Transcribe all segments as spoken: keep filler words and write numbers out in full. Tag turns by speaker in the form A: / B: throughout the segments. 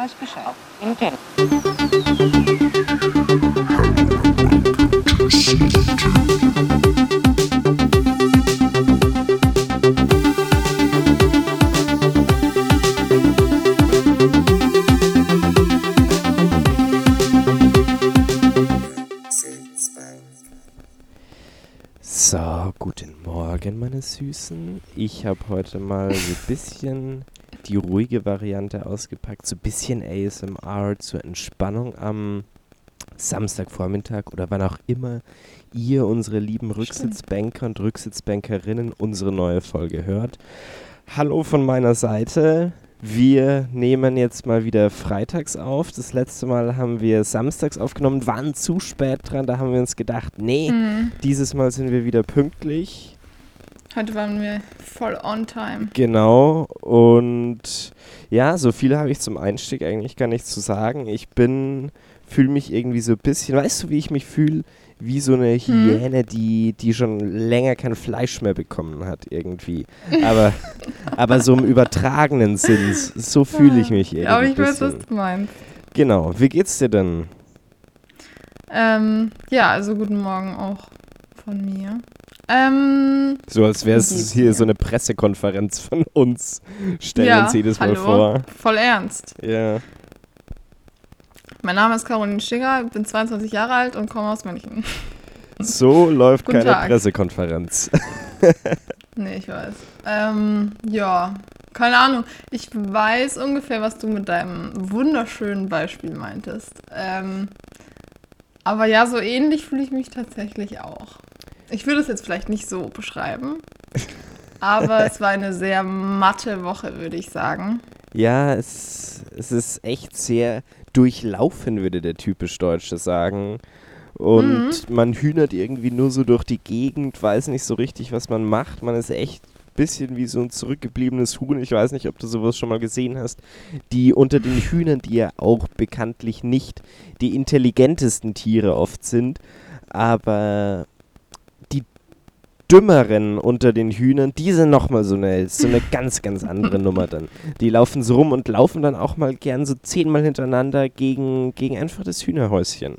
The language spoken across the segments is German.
A: weiß Bescheid. Intel.
B: So, guten Morgen, meine Süßen. Ich habe heute mal so ein bisschen die ruhige Variante ausgepackt, so ein bisschen A S M R zur Entspannung am Samstagvormittag oder wann auch immer ihr, unsere lieben Rücksitzbanker und Rücksitzbankerinnen, unsere neue Folge hört. Hallo von meiner Seite. Wir nehmen jetzt mal wieder freitags auf. Das letzte Mal haben wir samstags aufgenommen, waren zu spät dran. Da haben wir uns gedacht, nee, mhm. dieses Mal sind wir wieder pünktlich.
C: Heute waren wir voll on time.
B: Genau. Und ja, so viel habe ich zum Einstieg eigentlich gar nicht zu sagen. Ich bin, fühle mich irgendwie so ein bisschen, weißt du, wie ich mich fühle? Wie so eine Hyäne, die, die schon länger kein Fleisch mehr bekommen hat irgendwie. Aber, aber so im übertragenen Sinn, so fühle ich mich irgendwie.
C: Aber ich weiß, was du meinst.
B: Genau, wie geht's dir denn?
C: Ähm, ja, also guten Morgen auch von mir. Ähm,
B: so als wäre es hier so eine Pressekonferenz von uns. Stellen
C: ja,
B: uns jedes Mal
C: hallo,
B: vor.
C: Voll ernst.
B: Ja.
C: Mein Name ist Caroline Schinger, bin zweiundzwanzig Jahre alt und komme aus München.
B: So läuft
C: Guten
B: keine
C: Tag.
B: Pressekonferenz.
C: Nee, ich weiß. Ähm, ja, keine Ahnung. Ich weiß ungefähr, was du mit deinem wunderschönen Beispiel meintest. Ähm, aber ja, so ähnlich fühle ich mich tatsächlich auch. Ich würde es jetzt vielleicht nicht so beschreiben, aber es war eine sehr matte Woche, würde ich sagen.
B: Ja, es, es ist echt sehr durchlaufen, würde der typisch Deutsche sagen. Und mhm. man hühnert irgendwie nur so durch die Gegend, weiß nicht so richtig, was man macht. Man ist echt ein bisschen wie so ein zurückgebliebenes Huhn. Ich weiß nicht, ob du sowas schon mal gesehen hast. Die unter den Hühnern, die ja auch bekanntlich nicht die intelligentesten Tiere oft sind, aber die Dümmeren unter den Hühnern, die sind nochmal so eine, so eine ganz, ganz andere Nummer dann. Die laufen so rum und laufen dann auch mal gern so zehnmal hintereinander gegen, gegen einfach das Hühnerhäuschen.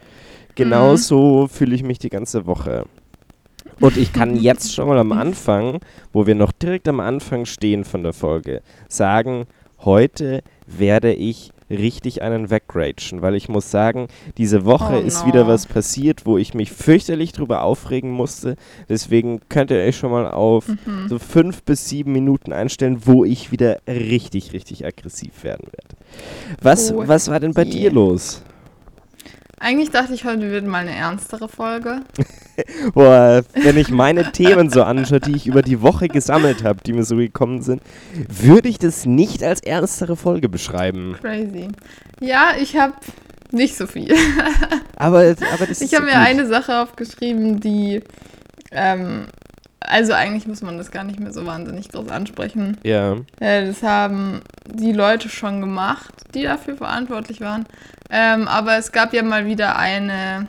B: Genauso mhm. fühle ich mich die ganze Woche. Und ich kann jetzt schon mal am Anfang, wo wir noch direkt am Anfang stehen von der Folge, sagen, heute werde ich richtig einen wegragen, weil ich muss sagen, diese Woche oh ist no. wieder was passiert, wo ich mich fürchterlich drüber aufregen musste. Deswegen könnt ihr euch schon mal auf mhm. so fünf bis sieben Minuten einstellen, wo ich wieder richtig, richtig aggressiv werden werde. Was, oh, was war denn bei yeah. dir los?
C: Eigentlich dachte ich, heute wird mal eine ernstere Folge.
B: Boah, wenn ich meine Themen so anschaue, die ich über die Woche gesammelt habe, die mir so gekommen sind, würde ich das nicht als ernstere Folge beschreiben.
C: Crazy. Ja, ich habe nicht so viel.
B: aber, aber das
C: Ich
B: ist
C: habe
B: so
C: mir
B: gut.
C: eine Sache aufgeschrieben, die, ähm, also eigentlich muss man das gar nicht mehr so wahnsinnig groß ansprechen.
B: Ja.
C: Äh, das haben die Leute schon gemacht, die dafür verantwortlich waren. Ähm, aber es gab ja mal wieder eine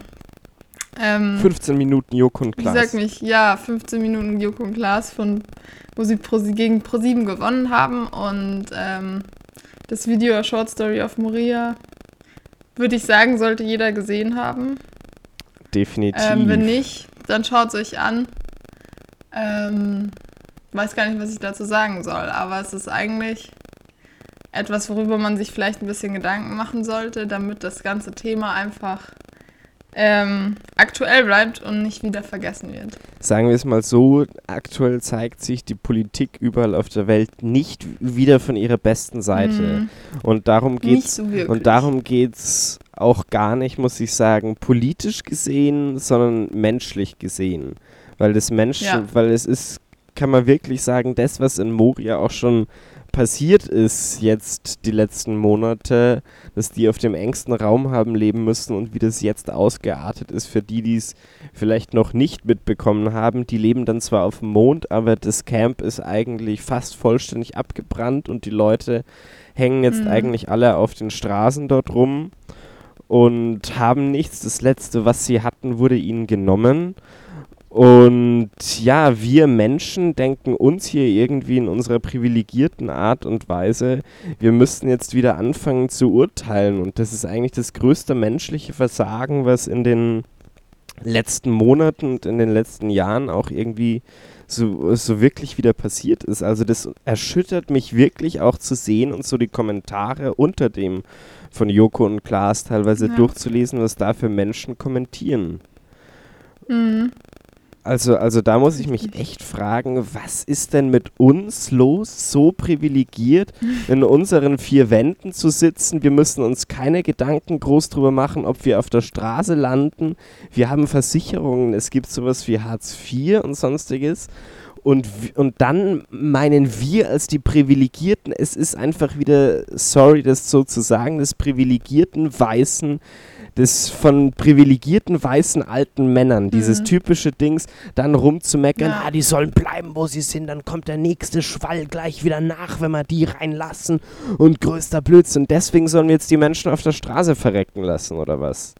C: ähm,
B: fünfzehn Minuten Joko und Klaas.
C: Ich sag nicht, ja, fünfzehn Minuten Joko und Klaas, von, wo sie Pro, gegen ProSieben gewonnen haben. Und ähm, das Video A Short Story of Moria, würde ich sagen, sollte jeder gesehen haben.
B: Definitiv.
C: Ähm, wenn nicht, dann schaut es euch an. Ähm, weiß gar nicht, was ich dazu sagen soll, aber es ist eigentlich etwas, worüber man sich vielleicht ein bisschen Gedanken machen sollte, damit das ganze Thema einfach ähm, aktuell bleibt und nicht wieder vergessen wird.
B: Sagen wir es mal so, aktuell zeigt sich die Politik überall auf der Welt nicht wieder von ihrer besten Seite. Mhm. Und darum geht's,
C: nicht so wirklich.
B: Und darum geht's auch gar nicht, muss ich sagen, politisch gesehen, sondern menschlich gesehen. Weil das Menschen, ja. weil es ist, kann man wirklich sagen, das, was in Moria auch schon passiert ist jetzt die letzten Monate, dass die auf dem engsten Raum haben leben müssen und wie das jetzt ausgeartet ist für die, die es vielleicht noch nicht mitbekommen haben. Die leben dann zwar auf dem Mond, aber das Camp ist eigentlich fast vollständig abgebrannt und die Leute hängen jetzt mhm. eigentlich alle auf den Straßen dort rum und haben nichts. Das Letzte, was sie hatten, wurde ihnen genommen. Und ja, wir Menschen denken uns hier irgendwie in unserer privilegierten Art und Weise, wir müssten jetzt wieder anfangen zu urteilen. Und das ist eigentlich das größte menschliche Versagen, was in den letzten Monaten und in den letzten Jahren auch irgendwie so, so wirklich wieder passiert ist. Also das erschüttert mich wirklich auch zu sehen und so die Kommentare unter dem von Joko und Klaas teilweise
C: Ja.
B: durchzulesen, was da für Menschen kommentieren.
C: Mhm.
B: Also, also da muss ich mich
C: Richtig.
B: echt fragen, was ist denn mit uns los, so privilegiert, in unseren vier Wänden zu sitzen? Wir müssen uns keine Gedanken groß drüber machen, ob wir auf der Straße landen. Wir haben Versicherungen, es gibt sowas wie Hartz vier und sonstiges. Und, w- und dann meinen wir als die Privilegierten, es ist einfach wieder, sorry, das so zu sagen, des privilegierten Weißen, des von privilegierten weißen alten Männern, dieses
C: Mhm.
B: typische Dings, dann rumzumeckern,
C: Ja.
B: ah, die sollen bleiben, wo sie sind, dann kommt der nächste Schwall gleich wieder nach, wenn wir die reinlassen und größter Blödsinn. Deswegen sollen wir jetzt die Menschen auf der Straße verrecken lassen, oder was?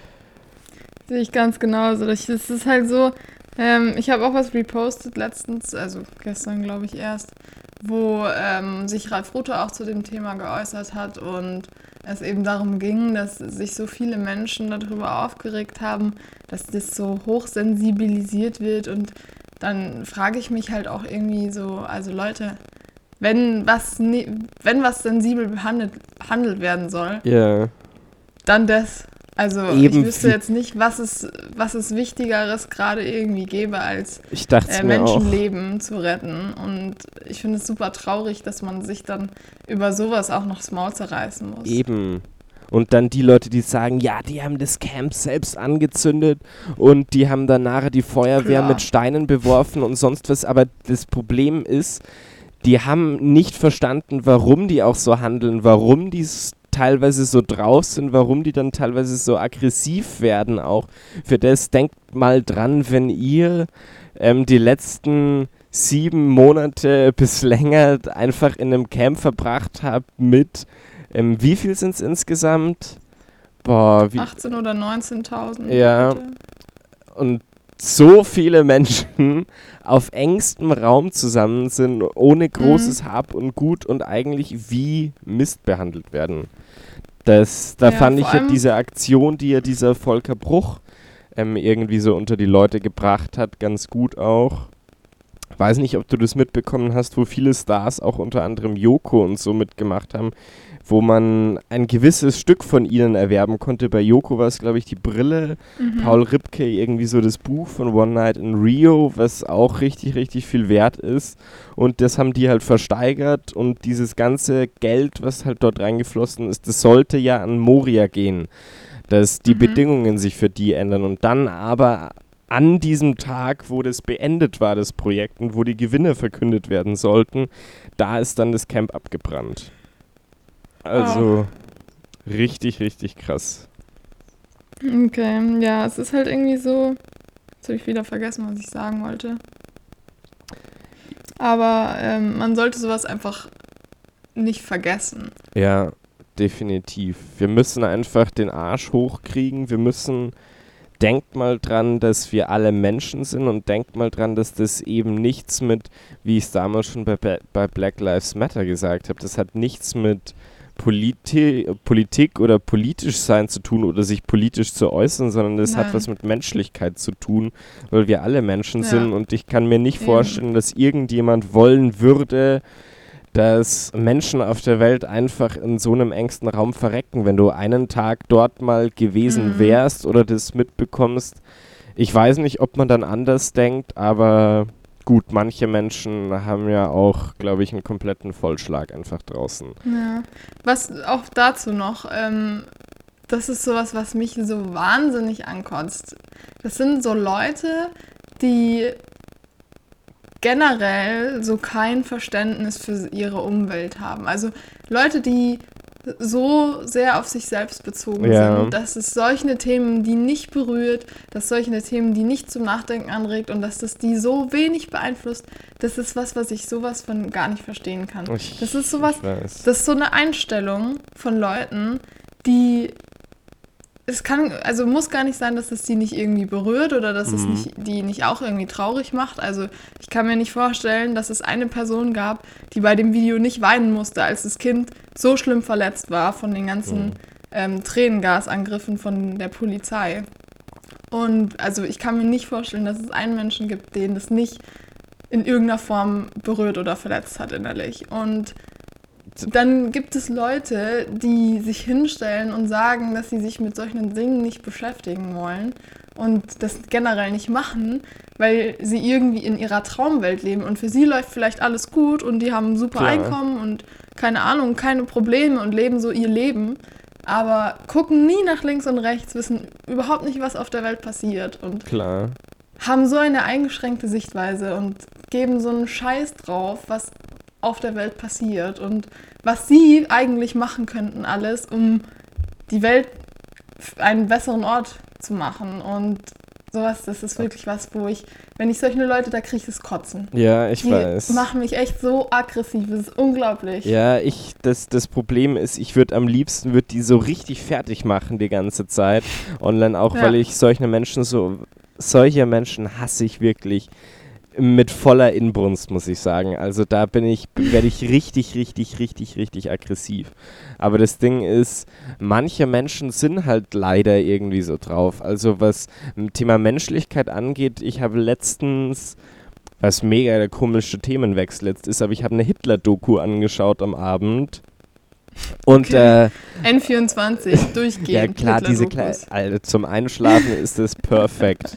C: Sehe ich ganz genauso. Das das ist halt so, ähm, ich habe auch was repostet letztens, also gestern glaube ich erst, wo ähm, sich Ralf Rute auch zu dem Thema geäußert hat und es eben darum ging, dass sich so viele Menschen darüber aufgeregt haben, dass das so hochsensibilisiert wird und dann frage ich mich halt auch irgendwie so, also Leute, wenn was, ni- wenn was sensibel behandelt, behandelt werden soll,
B: Ja,
C: dann das. Also
B: Eben
C: ich wüsste
B: wie-
C: jetzt nicht, was es, was es Wichtigeres gerade irgendwie gäbe, als
B: ich dachte es
C: äh,
B: mir auch.
C: Menschenleben zu retten. Und ich finde es super traurig, dass man sich dann über sowas auch noch das Maul zerreißen muss.
B: Eben. Und dann die Leute, die sagen, ja, die haben das Camp selbst angezündet und die haben dann nachher die Feuerwehr
C: Klar.
B: mit Steinen beworfen und sonst was. Aber das Problem ist, die haben nicht verstanden, warum die auch so handeln, warum die s- teilweise so drauf sind, warum die dann teilweise so aggressiv werden auch. Für das denkt mal dran, wenn ihr ähm, die letzten sieben Monate bis länger einfach in einem Camp verbracht habt mit, ähm, wie viel sind es insgesamt? Boah, wie,
C: achtzehn oder neunzehntausend.
B: Ja.
C: Leute.
B: und so viele Menschen auf engstem Raum zusammen sind, ohne großes Hab und Gut und eigentlich wie Mist behandelt werden. Das, da
C: Ja,
B: fand
C: vor
B: ich ja
C: allem-
B: diese Aktion, die ja dieser Volker Bruch ähm, irgendwie so unter die Leute gebracht hat, ganz gut auch. Weiß nicht, ob du das mitbekommen hast, wo viele Stars, auch unter anderem Joko und so mitgemacht haben, wo man ein gewisses Stück von ihnen erwerben konnte. Bei Joko war es, glaube ich, die Brille,
C: Mhm.
B: Paul Ripke irgendwie so das Buch von One Night in Rio, was auch richtig, richtig viel wert ist. Und das haben die halt versteigert und dieses ganze Geld, was halt dort reingeflossen ist, das sollte ja an Moria gehen, dass die
C: Mhm.
B: Bedingungen sich für die ändern. Und dann aber an diesem Tag, wo das beendet war, das Projekt, und wo die Gewinne verkündet werden sollten, da ist dann das Camp abgebrannt. Also richtig, richtig krass.
C: Okay, ja, es ist halt irgendwie so. Jetzt habe ich wieder vergessen, was ich sagen wollte. Aber ähm, man sollte sowas einfach nicht vergessen.
B: Ja, definitiv. Wir müssen einfach den Arsch hochkriegen. Wir müssen, denkt mal dran, dass wir alle Menschen sind und denkt mal dran, dass das eben nichts mit, wie ich es damals schon bei, bei Black Lives Matter gesagt habe, das hat nichts mit Politi Politik oder politisch sein zu tun oder sich politisch zu äußern, sondern das hat
C: Nein.
B: was mit Menschlichkeit zu tun, weil wir alle Menschen
C: Ja.
B: sind und ich kann mir nicht
C: Eben.
B: vorstellen, dass irgendjemand wollen würde, dass Menschen auf der Welt einfach in so einem engsten Raum verrecken, wenn du einen Tag dort mal gewesen
C: Mhm.
B: wärst oder das mitbekommst. Ich weiß nicht, ob man dann anders denkt, aber gut, manche Menschen haben ja auch, glaube ich, einen kompletten Vollschlag einfach draußen.
C: Ja. Was auch dazu noch, ähm, das ist sowas, was mich so wahnsinnig ankotzt. Das sind so Leute, die generell so kein Verständnis für ihre Umwelt haben. Also Leute, die so sehr auf sich selbst bezogen
B: Ja.
C: sind, dass es solche Themen, die nicht berührt, dass solche Themen, die nicht zum Nachdenken anregt und dass das die so wenig beeinflusst, das ist was, was ich sowas von gar nicht verstehen kann.
B: Ich,
C: Das ist sowas,
B: ich weiß.
C: das ist so eine Einstellung von Leuten, die es kann, also muss gar nicht sein, dass es die nicht irgendwie berührt oder dass
B: Mhm.
C: es nicht, die nicht auch irgendwie traurig macht. Also ich kann mir nicht vorstellen, dass es eine Person gab, die bei dem Video nicht weinen musste, als das Kind so schlimm verletzt war von den ganzen
B: Mhm.
C: ähm, Tränengasangriffen von der Polizei. Und also ich kann mir nicht vorstellen, dass es einen Menschen gibt, den das nicht in irgendeiner Form berührt oder verletzt hat innerlich. Und dann gibt es Leute, die sich hinstellen und sagen, dass sie sich mit solchen Dingen nicht beschäftigen wollen und das generell nicht machen, weil sie irgendwie in ihrer Traumwelt leben und für sie läuft vielleicht alles gut und die haben ein super
B: Klar.
C: Einkommen und keine Ahnung, keine Probleme und leben so ihr Leben, aber gucken nie nach links und rechts, wissen überhaupt nicht, was auf der Welt passiert und
B: Klar.
C: haben so eine eingeschränkte Sichtweise und geben so einen Scheiß drauf, was auf der Welt passiert und was sie eigentlich machen könnten alles, um die Welt einen besseren Ort zu machen. Und sowas, das ist wirklich was, wo ich, wenn ich solche Leute, da kriege ich das Kotzen.
B: Ja, ich
C: Die
B: weiß.
C: machen mich echt so aggressiv, das ist unglaublich.
B: Ja, ich, das, das Problem ist, ich würde am liebsten, würde die so richtig fertig machen die ganze Zeit online, auch
C: Ja.
B: weil ich solche Menschen so, solche Menschen hasse ich wirklich mit voller Inbrunst, muss ich sagen. Also da bin ich, werde ich richtig, richtig, richtig, richtig aggressiv. Aber das Ding ist, manche Menschen sind halt leider irgendwie so drauf. Also was m, Thema Menschlichkeit angeht, ich habe letztens, was mega der komische Themenwechsel jetzt ist, aber ich habe eine Hitler-Doku angeschaut am Abend. Und
C: Okay.
B: äh,
C: N vierundzwanzig, durchgehend.
B: ja klar, diese kleine,
C: Hitler-Dokus.
B: Alter, zum Einschlafen ist das perfekt.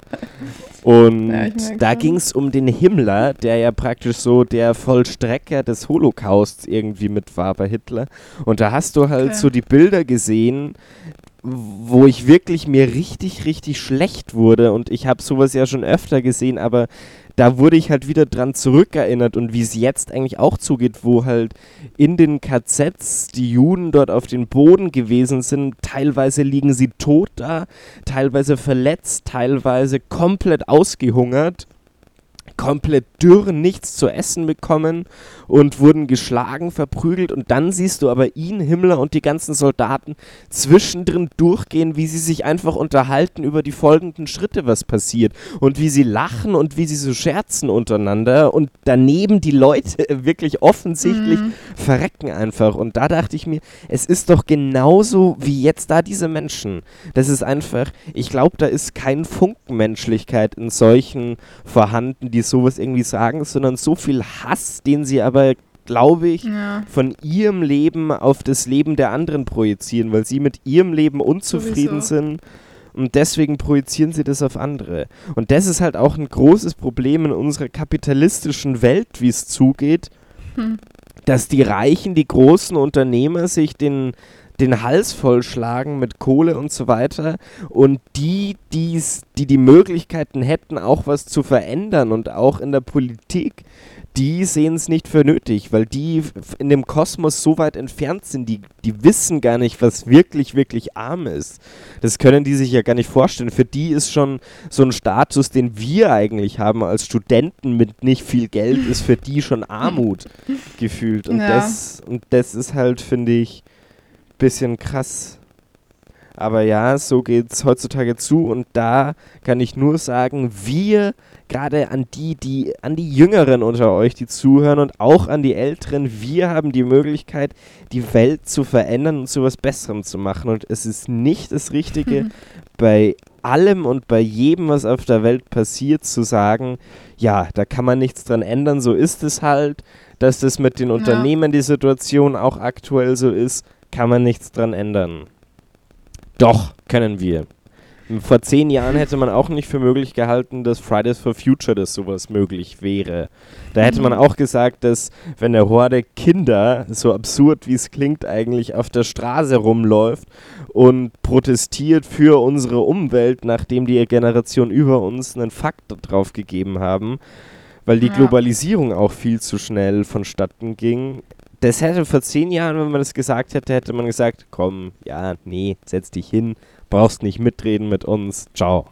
B: Und
C: Ja, ich merk
B: da
C: schon.
B: ging es um den Himmler, der ja praktisch so der Vollstrecker des Holocausts irgendwie mit war bei Hitler. Und da hast du halt
C: Okay.
B: so die Bilder gesehen, wo ich wirklich mir richtig, richtig schlecht wurde. Und ich habe sowas ja schon öfter gesehen, aber da wurde ich halt wieder dran zurückerinnert und wie es jetzt eigentlich auch zugeht, wo halt in den K Zs die Juden dort auf den Boden gewesen sind. Teilweise liegen sie tot da, teilweise verletzt, teilweise komplett ausgehungert, komplett dürr, nichts zu essen bekommen und wurden geschlagen, verprügelt. Und dann siehst du aber ihn, Himmler und die ganzen Soldaten zwischendrin durchgehen, wie sie sich einfach unterhalten über die folgenden Schritte, was passiert. Und wie sie lachen und wie sie so scherzen untereinander. Und daneben die Leute wirklich offensichtlich
C: Mhm.
B: verrecken einfach. Und da dachte ich mir, es ist doch genauso wie jetzt da diese Menschen. Das ist einfach, ich glaube, da ist kein Funken Menschlichkeit in solchen vorhanden, die sowas irgendwie sagen, sondern so viel Hass, den sie aber, glaube ich,
C: Ja.
B: von ihrem Leben auf das Leben der anderen projizieren, weil sie mit ihrem Leben unzufrieden
C: Sowieso.
B: sind und deswegen projizieren sie das auf andere. Und das ist halt auch ein großes Problem in unserer kapitalistischen Welt, wie es zugeht,
C: Hm.
B: dass die Reichen, die großen Unternehmer sich den, den Hals vollschlagen mit Kohle und so weiter und die, die's, die die Möglichkeiten hätten, auch was zu verändern und auch in der Politik, die sehen es nicht für nötig, weil die f- in dem Kosmos so weit entfernt sind, die, die wissen gar nicht, was wirklich, wirklich arm ist. Das können die sich ja gar nicht vorstellen. Für die ist schon so ein Status, den wir eigentlich haben als Studenten mit nicht viel Geld, ist für die schon Armut gefühlt. Und,
C: Ja.
B: das, und das ist halt, finde ich, bisschen krass. Aber ja, so geht's heutzutage zu und da kann ich nur sagen, wir, gerade an die, die, an die Jüngeren unter euch, die zuhören und auch an die Älteren, wir haben die Möglichkeit, die Welt zu verändern und zu was Besserem zu machen. Und es ist nicht das Richtige, bei allem und bei jedem, was auf der Welt passiert, zu sagen, ja, da kann man nichts dran ändern, so ist es halt, dass das mit den
C: Ja.
B: Unternehmen die Situation auch aktuell so ist, kann man nichts dran ändern. Doch, können wir. Vor zehn Jahren hätte man auch nicht für möglich gehalten, dass Fridays for Future, dass sowas möglich wäre. Da hätte man auch gesagt, dass wenn eine Horde Kinder, so absurd wie es klingt eigentlich, auf der Straße rumläuft und protestiert für unsere Umwelt, nachdem die Generation über uns einen Fakt drauf gegeben haben, weil die
C: Ja.
B: Globalisierung auch viel zu schnell vonstatten ging. Das hätte vor zehn Jahren, wenn man das gesagt hätte, hätte man gesagt, komm, ja, nee, setz dich hin, brauchst nicht mitreden mit uns, ciao.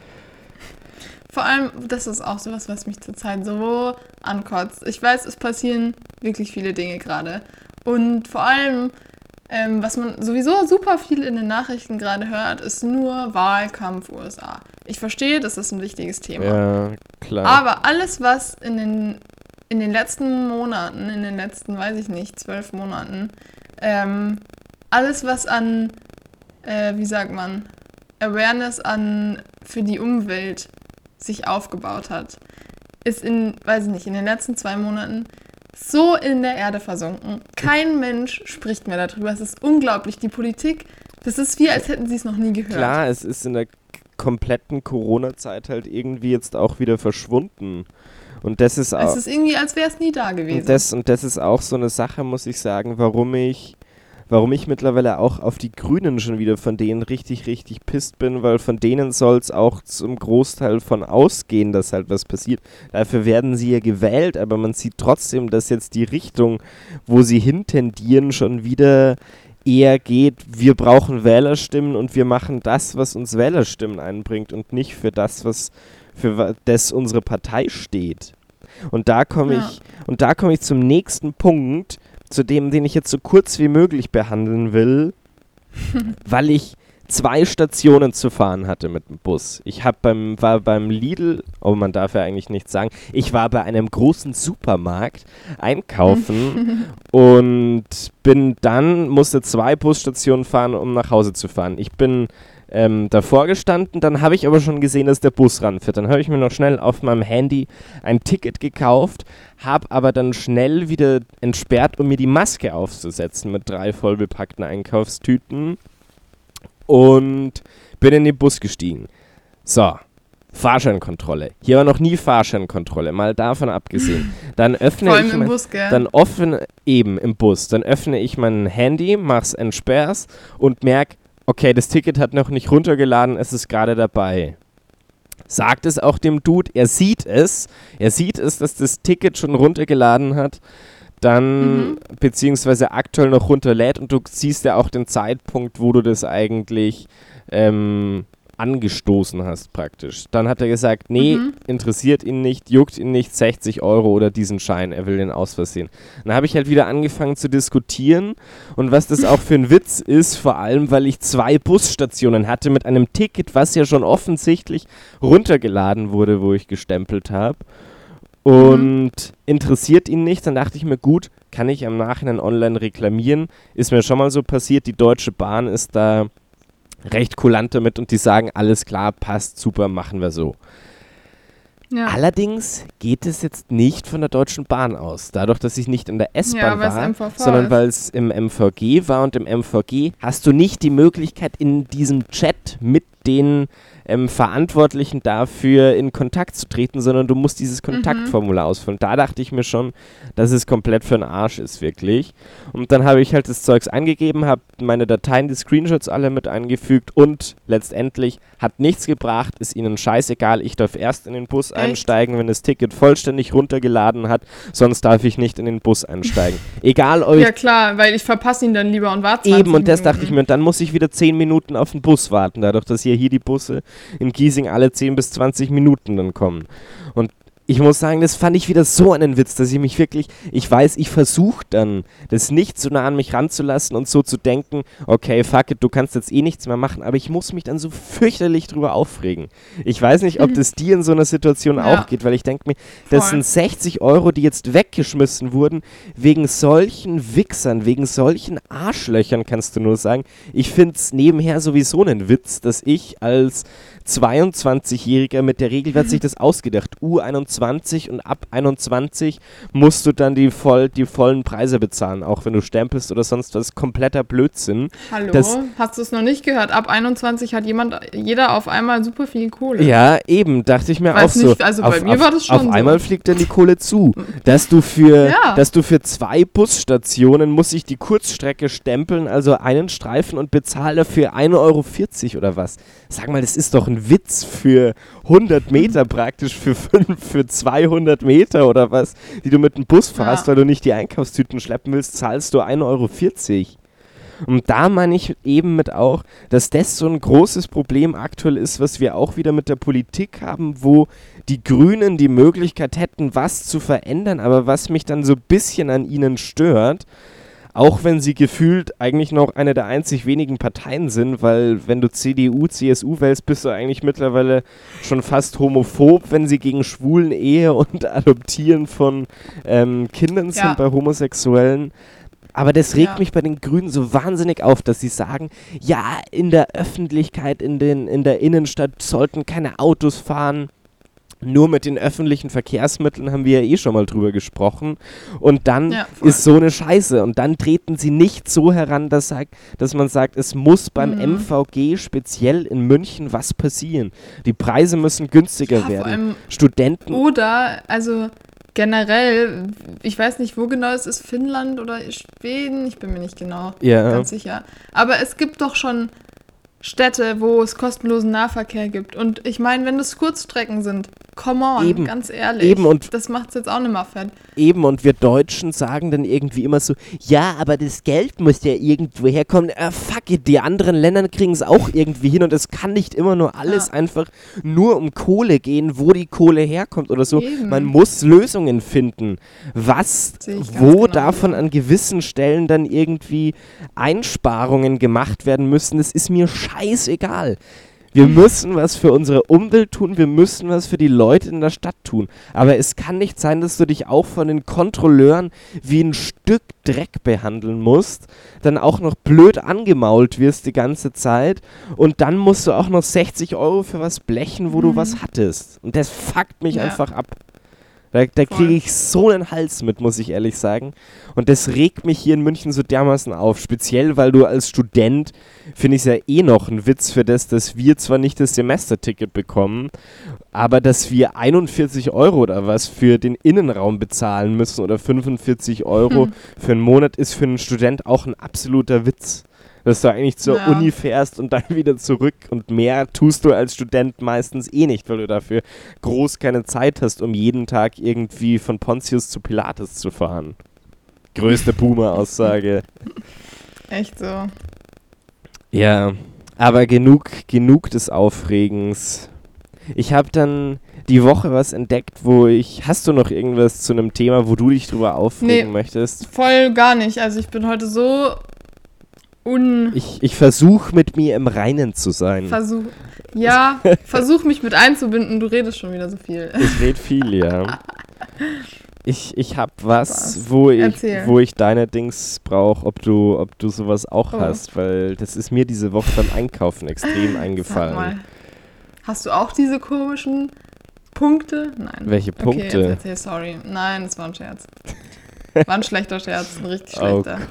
C: Vor allem, das ist auch sowas, was mich zurzeit so ankotzt. Ich weiß, es passieren wirklich viele Dinge gerade. Und vor allem Ähm, was man sowieso super viel in den Nachrichten gerade hört, ist nur Wahlkampf U S A. Ich verstehe, das ist ein wichtiges Thema.
B: Ja, klar.
C: Aber alles, was in den, in den letzten Monaten, in den letzten, weiß ich nicht, zwölf Monaten, ähm, alles, was an, äh, wie sagt man, Awareness an für die Umwelt sich aufgebaut hat, ist in, weiß ich nicht, in den letzten zwei Monaten so in der Erde versunken. Kein Mensch spricht mehr darüber. Es ist unglaublich. Die Politik, das ist wie, als hätten sie es noch nie gehört.
B: Klar, es ist in der k- kompletten Corona-Zeit halt irgendwie jetzt auch wieder verschwunden. Und das ist auch...
C: Es ist irgendwie, als wäre es nie da gewesen.
B: Und das, und das ist auch so eine Sache, muss ich sagen, warum ich, warum ich mittlerweile auch auf die Grünen schon wieder von denen richtig, richtig pisst bin, weil von denen soll es auch zum Großteil von ausgehen, dass halt was passiert. Dafür werden sie ja gewählt, aber man sieht trotzdem, dass jetzt die Richtung, wo sie hintendieren, schon wieder eher geht, wir brauchen Wählerstimmen und wir machen das, was uns Wählerstimmen einbringt und nicht für das, was für wa- das unsere Partei steht. Und da komme
C: Ja.
B: ich, und da komme ich zum nächsten Punkt, zu dem, den ich jetzt so kurz wie möglich behandeln will, weil ich zwei Stationen zu fahren hatte mit dem Bus. Ich hab beim, war beim Lidl, oh, man darf ja eigentlich nichts sagen, ich war bei einem großen Supermarkt einkaufen und bin dann, musste zwei Busstationen fahren, um nach Hause zu fahren. Ich bin ähm, davor gestanden, dann habe ich aber schon gesehen, dass der Bus ranfährt. Dann habe ich mir noch schnell auf meinem Handy ein Ticket gekauft, habe aber dann schnell wieder entsperrt, um mir die Maske aufzusetzen mit drei vollbepackten Einkaufstüten und bin in den Bus gestiegen. So, Fahrscheinkontrolle. Hier war noch nie Fahrscheinkontrolle, mal davon abgesehen. Dann öffne
C: Vor allem
B: ich
C: im
B: mein,
C: Bus, gell?
B: dann öffne eben im Bus, dann öffne ich mein Handy, mach's entsperr's und merk, okay, das Ticket hat noch nicht runtergeladen, es ist gerade dabei. Sagt es auch dem Dude, er sieht es, er sieht es, dass das Ticket schon runtergeladen hat, dann
C: Mhm.
B: beziehungsweise aktuell noch runterlädt und du siehst ja auch den Zeitpunkt, wo du das eigentlich ähm, angestoßen hast praktisch. Dann hat er gesagt, nee,
C: Mhm.
B: interessiert ihn nicht, juckt ihn nicht, sechzig Euro oder diesen Schein, er will den aus Versehen. Dann habe ich halt wieder angefangen zu diskutieren und was das auch für ein Witz ist, vor allem, weil ich zwei Busstationen hatte mit einem Ticket, was ja schon offensichtlich runtergeladen wurde, wo ich gestempelt habe. Und interessiert ihn nicht, dann dachte ich mir, gut, kann ich im Nachhinein online reklamieren. Ist mir schon mal so passiert, die Deutsche Bahn ist da recht kulant damit und die sagen, alles klar, passt, super, machen wir so.
C: Ja.
B: Allerdings geht es jetzt nicht von der Deutschen Bahn aus. Dadurch, dass ich nicht in der S-Bahn
C: Ja, weil's
B: war,
C: M V V
B: sondern
C: ist.
B: weil es im M V G war und im M V G hast du nicht die Möglichkeit, in diesem Chat mit den ähm, Verantwortlichen dafür in Kontakt zu treten, sondern du musst dieses Kontaktformular ausfüllen. Da dachte ich mir schon, dass es komplett für den Arsch ist, wirklich. Und dann habe ich halt das Zeugs eingegeben, habe meine Dateien, die Screenshots alle mit eingefügt und letztendlich hat nichts gebracht, ist ihnen scheißegal. Ich darf erst in den Bus
C: Echt?
B: einsteigen, wenn das Ticket vollständig runtergeladen hat, sonst darf ich nicht in den Bus einsteigen. Egal, ob ich
C: Ja klar, weil ich verpasse ihn dann lieber und warte zwanzig
B: Eben, und das
C: Minuten.
B: dachte ich mir, und dann muss ich wieder zehn Minuten auf den Bus warten, dadurch, dass ja hier die Busse in Giesing alle zehn bis zwanzig Minuten dann kommen. Und ich muss sagen, das fand ich wieder so einen Witz, dass ich mich wirklich, ich weiß, ich versuche dann, das nicht so nah an mich ranzulassen und so zu denken, okay, fuck it, du kannst jetzt eh nichts mehr machen, aber ich muss mich dann so fürchterlich drüber aufregen. Ich weiß nicht, ob das dir in so einer Situation
C: Ja.
B: auch geht, weil ich denke mir, das
C: Voll.
B: sind sechzig Euro, die jetzt weggeschmissen wurden, wegen solchen Wichsern, wegen solchen Arschlöchern, kannst du nur sagen. Ich finde es nebenher sowieso einen Witz, dass ich als zweiundzwanzigjähriger mit der Regel, wer hat sich das ausgedacht, U einundzwanzig und ab einundzwanzig musst du dann die, voll, die vollen Preise bezahlen, auch wenn du stempelst oder sonst was, kompletter Blödsinn.
C: Hallo,
B: Das-
C: hast du es noch nicht gehört? Ab einundzwanzig hat jemand, jeder auf einmal super viel Kohle.
B: Ja, eben, dachte ich mir
C: Weiß
B: auch so.
C: nicht, also bei
B: auf,
C: mir
B: auf,
C: war das schon
B: Auf
C: so.
B: einmal fliegt dann die Kohle zu. Dass du für,
C: Ja.
B: dass du für zwei Busstationen muss ich die Kurzstrecke stempeln, also einen Streifen und bezahle dafür ein Euro vierzig oder was. Sag mal, das ist doch ein Witz für hundert Meter praktisch, für, fünf, für zweihundert Meter oder was, die du mit dem Bus fährst,
C: Ja.
B: weil du nicht die Einkaufstüten schleppen willst, zahlst du ein Euro vierzig. Und da meine ich eben mit auch, dass das so ein großes Problem aktuell ist, was wir auch wieder mit der Politik haben, wo die Grünen die Möglichkeit hätten, was zu verändern, aber was mich dann so ein bisschen an ihnen stört, Auch wenn sie gefühlt eigentlich noch eine der einzig wenigen Parteien sind, weil wenn du C D U, C S U wählst, bist du eigentlich mittlerweile schon fast homophob, wenn sie gegen schwulen Ehe und Adoptieren von ähm, Kindern sind
C: Ja.
B: bei Homosexuellen. Aber das regt
C: Ja.
B: mich bei den Grünen so wahnsinnig auf, dass sie sagen, ja, in der Öffentlichkeit, in, den, in der Innenstadt sollten keine Autos fahren. Nur mit den öffentlichen Verkehrsmitteln haben wir ja eh schon mal drüber gesprochen. Und dann
C: Ja, voll.
B: ist so eine Scheiße. Und dann treten sie nicht so heran, dass, sagt, dass man sagt, es muss beim
C: Mhm.
B: M V G speziell in München was passieren. Die Preise müssen günstiger
C: Ja, vor
B: werden.
C: allem-
B: Studenten.
C: Oder, also generell, ich weiß nicht, wo genau es ist, Finnland oder Schweden, ich bin mir nicht genau
B: Ja.
C: ganz sicher. Aber es gibt doch schon Städte, wo es kostenlosen Nahverkehr gibt. Und ich meine, wenn das Kurzstrecken sind, come on,
B: Eben.
C: ganz ehrlich.
B: Eben, und-
C: das macht es jetzt auch nicht mehr fett.
B: Eben, und wir Deutschen sagen dann irgendwie immer so, ja, aber das Geld muss ja irgendwo herkommen. Äh, fuck it, die anderen Länder kriegen es auch irgendwie hin und es kann nicht immer nur alles
C: Ja.
B: einfach nur um Kohle gehen, wo die Kohle herkommt oder so.
C: Eben.
B: Man muss Lösungen finden, was,
C: Sehe ich ganz
B: wo
C: genau.
B: davon an gewissen Stellen dann irgendwie Einsparungen gemacht werden müssen. Das ist mir scheißegal. Wir müssen was für unsere Umwelt tun, wir müssen was für die Leute in der Stadt tun. Aber es kann nicht sein, dass du dich auch von den Kontrolleuren wie ein Stück Dreck behandeln musst, dann auch noch blöd angemault wirst die ganze Zeit und dann musst du auch noch sechzig Euro für was blechen, wo du was hattest. Und das fuckt mich
C: Ja.
B: einfach ab. Da, da
C: Voll.
B: kriege ich so einen Hals mit, muss ich ehrlich sagen. Und das regt mich hier in München so dermaßen auf. Speziell, weil du als Student, finde ich es ja eh noch ein Witz für das, dass wir zwar nicht das Semesterticket bekommen, aber dass wir einundvierzig Euro oder was für den Innenraum bezahlen müssen oder fünfundvierzig Euro
C: Hm.
B: für einen Monat ist für einen Student auch ein absoluter Witz. Dass du eigentlich zur
C: Ja.
B: Uni fährst und dann wieder zurück und mehr tust du als Student meistens eh nicht, weil du dafür groß keine Zeit hast, um jeden Tag irgendwie von Pontius zu Pilatus zu fahren. Größte Boomer-Aussage.
C: Echt so.
B: Ja, aber genug, genug des Aufregens. Ich habe dann die Woche was entdeckt, wo ich... Hast du noch irgendwas zu einem Thema, wo du dich drüber aufregen
C: Nee.
B: möchtest?
C: Voll gar nicht. Also ich bin heute so un...
B: Ich, ich versuche mit mir im Reinen zu sein.
C: Versuch, ja, versuch mich mit einzubinden, du redest schon wieder so viel.
B: Ich rede viel, ja. Ich, ich habe was,
C: Was?
B: wo ich,
C: Erzähl.
B: wo ich deine Dings brauche, ob du, ob du sowas auch
C: Oh.
B: hast, weil das ist mir diese Woche beim Einkaufen extrem
C: Sag
B: eingefallen.
C: mal, hast du auch diese komischen Punkte? Nein.
B: Welche
C: Okay,
B: Punkte?
C: jetzt erzähl, sorry. Nein, das war ein Scherz. War ein schlechter Scherz, ein richtig
B: Oh
C: schlechter.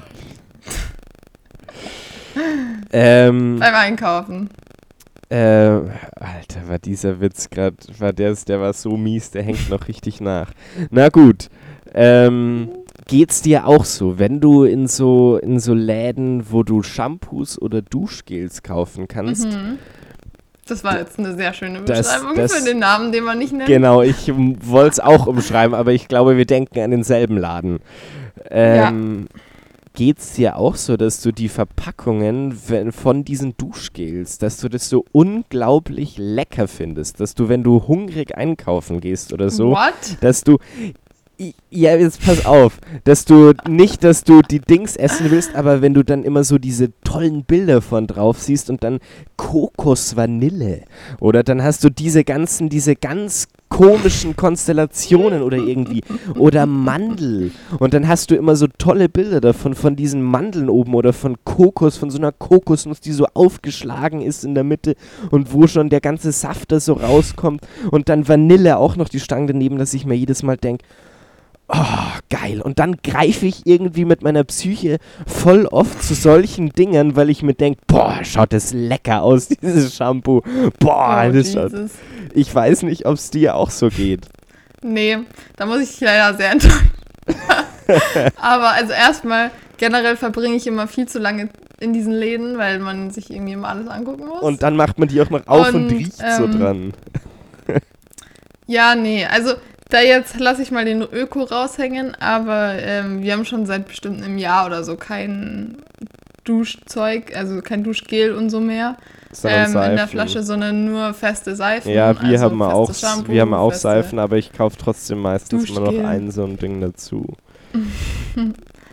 B: Ähm,
C: Beim Einkaufen.
B: äh, Alter, war dieser Witz gerade, war der, der war so mies, der hängt noch richtig nach. Na gut, ähm, geht's dir auch so, wenn du in so, in so Läden, wo du Shampoos oder Duschgels kaufen kannst,
C: Mhm. Das war jetzt eine sehr schöne
B: Das-
C: Beschreibung
B: das-
C: für den Namen, den man nicht nennt.
B: Genau, ich wollte es auch umschreiben, aber ich glaube, wir denken an denselben Laden. Ähm, Geht's dir auch so, dass du die Verpackungen wenn, von diesen Duschgels, dass du das so unglaublich lecker findest, dass du, wenn du hungrig einkaufen gehst oder so,
C: What?
B: dass du, i- ja, jetzt pass auf, dass du nicht, dass du die Dings essen willst, aber wenn du dann immer so diese tollen Bilder von drauf siehst und dann Kokos-Vanille oder dann hast du diese ganzen, diese ganz komischen Konstellationen oder irgendwie oder Mandel und dann hast du immer so tolle Bilder davon, von diesen Mandeln oben oder von Kokos, von so einer Kokosnuss, die so aufgeschlagen ist in der Mitte und wo schon der ganze Saft da so rauskommt und dann Vanille auch noch die Stange daneben, dass ich mir jedes Mal denke, oh, geil. Und dann greife ich irgendwie mit meiner Psyche voll oft zu solchen Dingern, weil ich mir denke, boah, schaut das lecker aus, dieses Shampoo. Boah,
C: Oh,
B: das schaut.
C: Jesus.
B: Ich weiß nicht, ob es dir auch so geht.
C: Nee, da muss ich dich leider sehr enttäuschen. Aber also erstmal, generell verbringe ich immer viel zu lange in diesen Läden, weil man sich irgendwie immer alles angucken muss.
B: Und dann macht man die auch noch auf und,
C: Und,
B: riecht so
C: ähm,
B: dran.
C: Ja, nee, also da jetzt lasse ich mal den Öko raushängen, aber ähm, wir haben schon seit bestimmt einem Jahr oder so kein Duschzeug, also kein Duschgel und so mehr
B: Sondern
C: ähm, in der
B: Seifen.
C: Flasche, sondern nur feste Seifen.
B: Ja, wir
C: also
B: haben auch,
C: festes Shampoo,
B: wir haben auch
C: feste-
B: Seifen, aber ich kaufe trotzdem meistens immer noch
C: Duschgel.
B: ein so ein Ding dazu.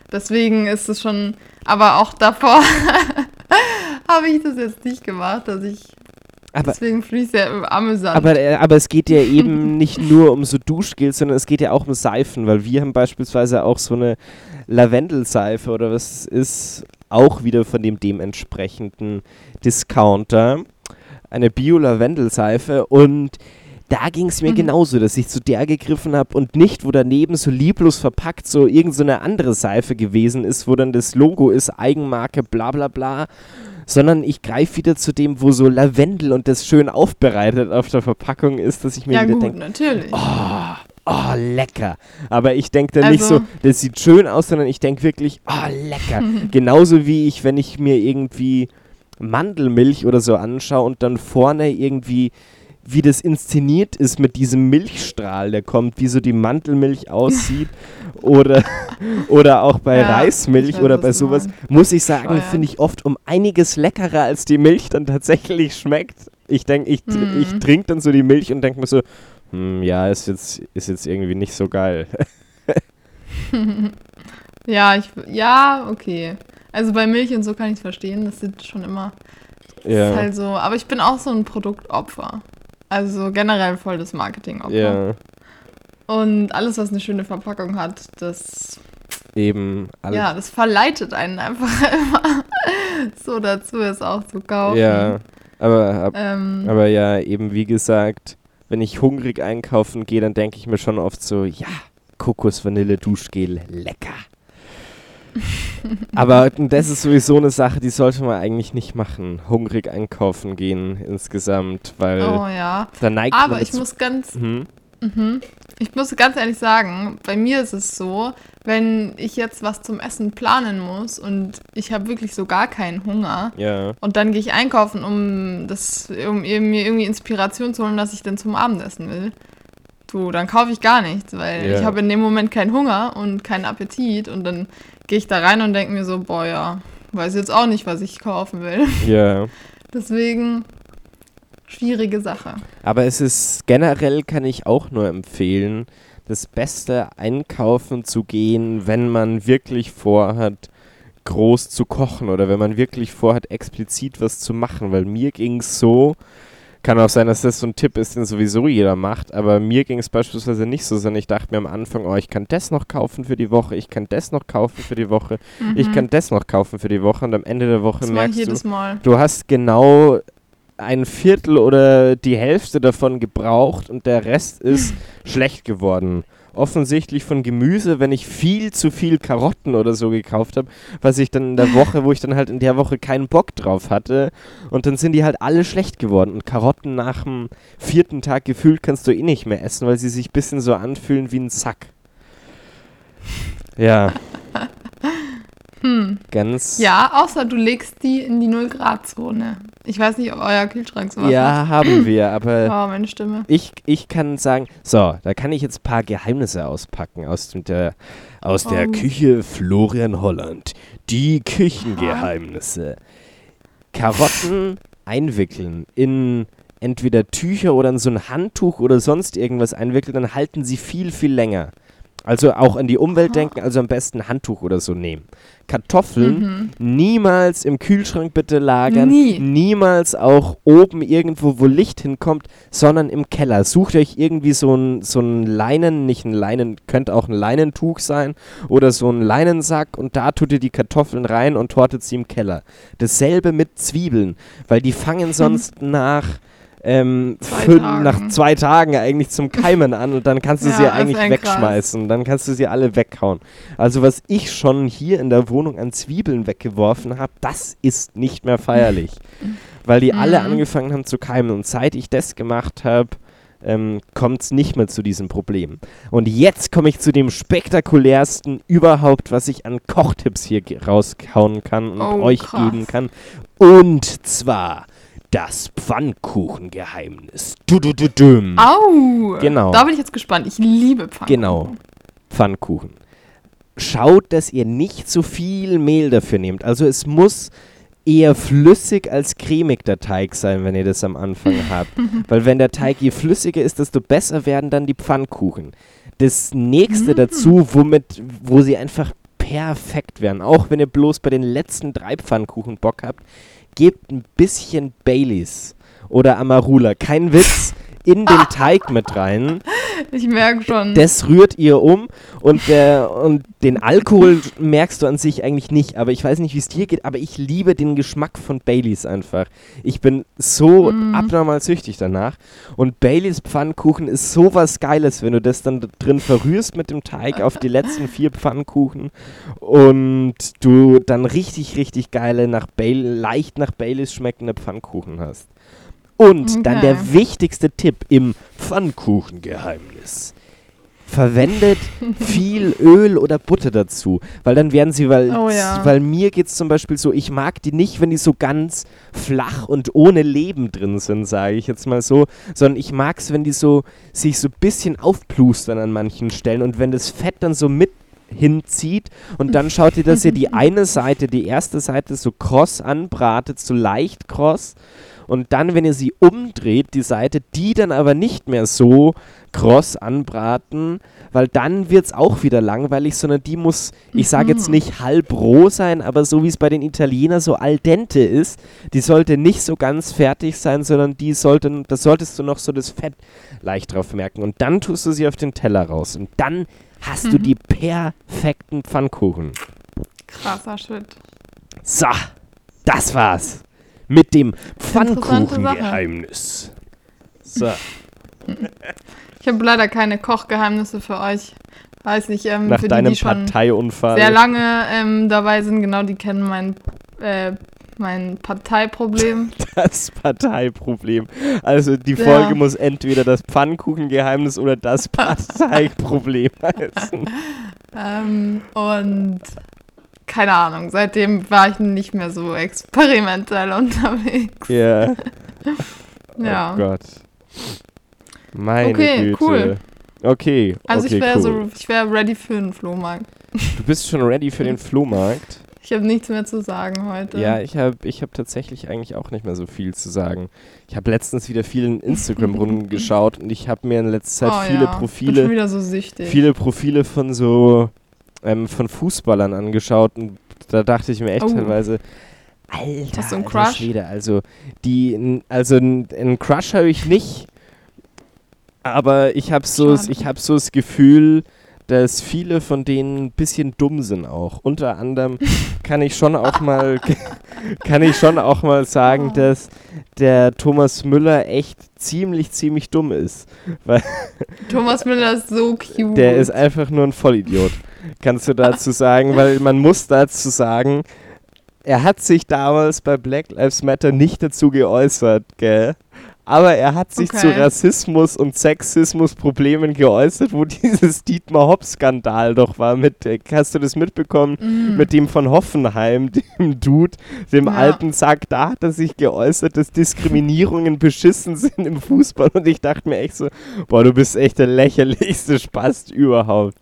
C: Deswegen ist es schon, aber auch davor habe ich das jetzt nicht gemacht, dass ich,
B: Aber,
C: deswegen finde ich es sehr amüsant.
B: aber, äh, aber es geht ja eben nicht nur um so Duschgel, sondern es geht ja auch um Seifen, weil wir haben beispielsweise auch so eine Lavendelseife oder was ist auch wieder von dem dementsprechenden Discounter, eine Bio-Lavendelseife und da ging es mir
C: Mhm.
B: genauso, dass ich zu der gegriffen habe und nicht, wo daneben so lieblos verpackt so irgend so eine andere Seife gewesen ist, wo dann das Logo ist, Eigenmarke, bla bla bla, sondern ich greife wieder zu dem, wo so Lavendel und das schön aufbereitet auf der Verpackung ist, dass ich mir
C: ja
B: wieder
C: gut,
B: denke,
C: natürlich.
B: oh, oh, lecker. Aber ich denke dann nicht
C: Also-
B: so, das sieht schön aus, sondern ich denke wirklich, oh, lecker. Genauso wie ich, wenn ich mir irgendwie Mandelmilch oder so anschaue und dann vorne irgendwie, wie das inszeniert ist mit diesem Milchstrahl, der kommt, wie so die Mandelmilch aussieht oder, oder auch bei
C: Ja,
B: Reismilch
C: ich weiß,
B: oder
C: was
B: bei
C: du
B: sowas,
C: meinst.
B: muss ich sagen,
C: Bescheuert.
B: finde ich oft um einiges leckerer, als die Milch dann tatsächlich schmeckt. Ich denke, ich, tr-
C: Mhm.
B: ich trinke dann so die Milch und denke mir so, hm, ja, ist jetzt, ist jetzt irgendwie nicht so geil.
C: Ja, ich, ja, okay. Also bei Milch und so kann ich es verstehen, das sind schon immer, das
B: Ja.
C: ist halt so, aber ich bin auch so ein Produktopfer. Also generell voll das Marketingopfer.
B: Ja,
C: Und alles, was eine schöne Verpackung hat, das,
B: eben. Alles.
C: ja, das verleitet einen einfach immer so dazu, es auch zu kaufen.
B: Ja, aber, ab,
C: Ähm,
B: aber ja, eben wie gesagt, wenn ich hungrig einkaufen gehe, dann denke ich mir schon oft so, ja, Kokos-Vanille-Duschgel, lecker. Aber das ist sowieso eine Sache, die sollte man eigentlich nicht machen. Hungrig einkaufen gehen insgesamt, weil
C: oh ja.
B: da neigt
C: Aber
B: man
C: ich
B: dazu-
C: muss ganz,
B: Mhm.
C: mhm. ich muss ganz ehrlich sagen, bei mir ist es so, wenn ich jetzt was zum Essen planen muss und ich habe wirklich so gar keinen Hunger
B: Ja,
C: und dann gehe ich einkaufen, um das, um eben mir irgendwie Inspiration zu holen, was ich denn zum Abendessen will. Du, dann kaufe ich gar nichts, weil
B: Ja.
C: ich habe in dem Moment keinen Hunger und keinen Appetit und dann gehe ich da rein und denke mir so, boah ja, weiß jetzt auch nicht, was ich kaufen will.
B: ja.
C: Deswegen schwierige Sache.
B: Aber es ist generell, kann ich auch nur empfehlen, das Beste einkaufen zu gehen, wenn man wirklich vorhat, groß zu kochen oder wenn man wirklich vorhat, explizit was zu machen. Weil mir ging es so, kann auch sein, dass das so ein Tipp ist, den sowieso jeder macht, aber mir ging es beispielsweise nicht so, sondern ich dachte mir am Anfang, oh, ich kann das noch kaufen für die Woche, ich kann das noch kaufen für die Woche, ich kann das noch kaufen für die Woche und am Ende der Woche
C: Das mache ich
B: merkst du,
C: jedes Mal.
B: du hast genau ein Viertel oder die Hälfte davon gebraucht und der Rest ist schlecht geworden. Offensichtlich von Gemüse, wenn ich viel zu viel Karotten oder so gekauft habe, was ich dann in der Woche, wo ich dann halt in der Woche keinen Bock drauf hatte und dann sind die halt alle schlecht geworden und Karotten nach dem vierten Tag gefühlt kannst du eh nicht mehr essen, weil sie sich ein bisschen so anfühlen wie ein Sack. Ja.
C: Hm.
B: Ganz...
C: Ja, außer du legst die in die null-Grad-Zone. Ich weiß nicht, ob euer Kühlschrank sowas
B: Ja, haben wir, aber...
C: macht. Oh, meine Stimme.
B: Ich, ich kann sagen, so, da kann ich jetzt ein paar Geheimnisse auspacken aus, dem, der, aus der
C: Oh.
B: Küche Florian Holland. Die Küchengeheimnisse. Karotten einwickeln in entweder Tücher oder in so ein Handtuch oder sonst irgendwas einwickeln, dann halten sie viel, viel länger. Also auch an die Umwelt denken, also am besten ein Handtuch oder so nehmen. Kartoffeln niemals im Kühlschrank bitte lagern,
C: Nie.
B: niemals auch oben irgendwo, wo Licht hinkommt, sondern im Keller. Sucht euch irgendwie so ein, so ein Leinen, nicht ein Leinen, könnte auch ein Leinentuch sein oder so ein Leinensack und da tut ihr die Kartoffeln rein und hortet sie im Keller. Dasselbe mit Zwiebeln, weil die fangen sonst nach... Ähm,
C: Zwei
B: fün-
C: Tagen.
B: nach zwei Tagen eigentlich zum Keimen an und dann kannst du
C: Ja,
B: sie
C: das ist
B: eigentlich
C: ein krass.
B: wegschmeißen. Dann kannst du sie alle weghauen. Also was ich schon hier in der Wohnung an Zwiebeln weggeworfen habe, das ist nicht mehr feierlich. Weil die alle
C: Mhm.
B: angefangen haben zu keimen. Und seit ich das gemacht habe, ähm, kommt es nicht mehr zu diesem Problem. Und jetzt komme ich zu dem spektakulärsten überhaupt, was ich an Kochtipps hier ge- raushauen kann und
C: Oh,
B: euch
C: krass.
B: geben kann. Und zwar das Pfannkuchengeheimnis. Du, du, du, dum.
C: Au!
B: Genau.
C: Da bin ich jetzt gespannt. Ich liebe Pfannkuchen.
B: Genau. Pfannkuchen. Schaut, dass ihr nicht so viel Mehl dafür nehmt. Also es muss eher flüssig als cremig der Teig sein, wenn ihr das am Anfang habt. Weil wenn der Teig je flüssiger ist, desto besser werden dann die Pfannkuchen. Das nächste dazu, womit, wo sie einfach perfekt werden. Auch wenn ihr bloß bei den letzten drei Pfannkuchen Bock habt, gebt ein bisschen Baileys oder Amarula, kein Witz, in den Teig mit rein.
C: Ich merke schon.
B: Das rührt ihr um und, der, und den Alkohol merkst du an sich eigentlich nicht, aber ich weiß nicht, wie es dir geht, aber ich liebe den Geschmack von Baileys einfach. Ich bin so mm. abnormal süchtig danach und Baileys Pfannkuchen ist sowas Geiles, wenn du das dann drin verrührst mit dem Teig auf die letzten vier Pfannkuchen und du dann richtig, richtig geile, nach Bail- leicht nach Baileys schmeckende Pfannkuchen hast. Und okay. dann der wichtigste Tipp im Pfannkuchengeheimnis. Verwendet viel Öl oder Butter dazu, weil dann werden sie, weil,
C: oh ja.
B: weil mir geht es zum Beispiel so, ich mag die nicht, wenn die so ganz flach und ohne Leben drin sind, sage ich jetzt mal so, sondern ich mag es, wenn die so sich so ein bisschen aufplustern an manchen Stellen und wenn das Fett dann so mit hinzieht und dann schaut ihr, dass ihr die eine Seite, die erste Seite so kross anbratet, so leicht kross. Und dann, wenn ihr sie umdreht, die Seite, die dann aber nicht mehr so kross anbraten, weil dann wird es auch wieder langweilig, sondern die muss, ich sage jetzt nicht halb roh sein, aber so wie es bei den Italienern so al dente ist, die sollte nicht so ganz fertig sein, sondern die sollten, da solltest du noch so das Fett leicht drauf merken. Und dann tust du sie auf den Teller raus und dann hast mhm. du die perfekten Pfannkuchen.
C: Krasser Shit.
B: So, das war's. Mit dem Pfannkuchengeheimnis. So.
C: Ich habe leider keine Kochgeheimnisse für euch. Weiß nicht, ähm,
B: Nach
C: für
B: deinem
C: die, die schon
B: Parteiunfall.
C: sehr lange ähm, dabei sind, genau, die kennen mein, äh, mein Parteiproblem.
B: Das Parteiproblem. Also die Folge ja. muss entweder das Pfannkuchengeheimnis oder das Parteiproblem heißen.
C: ähm, und... Keine Ahnung, seitdem war ich nicht mehr so experimentell unterwegs.
B: Yeah.
C: Ja.
B: Oh Gott. Meine
C: okay,
B: Güte.
C: Cool.
B: Okay,
C: Also
B: okay,
C: ich wäre
B: cool.
C: so, ich wäre ready für den Flohmarkt.
B: Du bist schon ready für den Flohmarkt?
C: Ich habe nichts mehr zu sagen heute.
B: Ja, ich habe ich hab tatsächlich eigentlich auch nicht mehr so viel zu sagen. Ich habe letztens wieder viel in Instagram rumgeschaut und ich habe mir in letzter Zeit
C: oh,
B: viele
C: ja.
B: Profile,
C: bin schon wieder so süchtig.
B: viele Profile von so Ähm, von Fußballern angeschaut und da dachte ich mir echt
C: oh.
B: teilweise, Alter,
C: Hast du einen
B: alter
C: Crush?
B: Schwede, also die, also einen Crush habe ich nicht, aber ich habe so, ich habe so das Gefühl, dass viele von denen ein bisschen dumm sind auch. Unter anderem kann ich schon auch mal, kann ich schon auch mal sagen, oh. dass der Thomas Müller echt ziemlich, ziemlich dumm ist. Weil
C: Thomas Müller ist so cute.
B: Der ist einfach nur ein Vollidiot. Kannst du dazu sagen, weil man muss dazu sagen, er hat sich damals bei Black Lives Matter nicht dazu geäußert, gell? Aber er hat sich
C: okay.
B: zu Rassismus und Sexismus-Problemen geäußert, wo dieses Dietmar-Hopp-Skandal doch war. Mit, hast du das mitbekommen? Mm. Mit dem von Hoffenheim, dem Dude, dem ja. alten Sack. Da hat er sich geäußert, dass Diskriminierungen beschissen sind im Fußball. Und ich dachte mir echt so, boah, du bist echt der lächerlichste Spast überhaupt.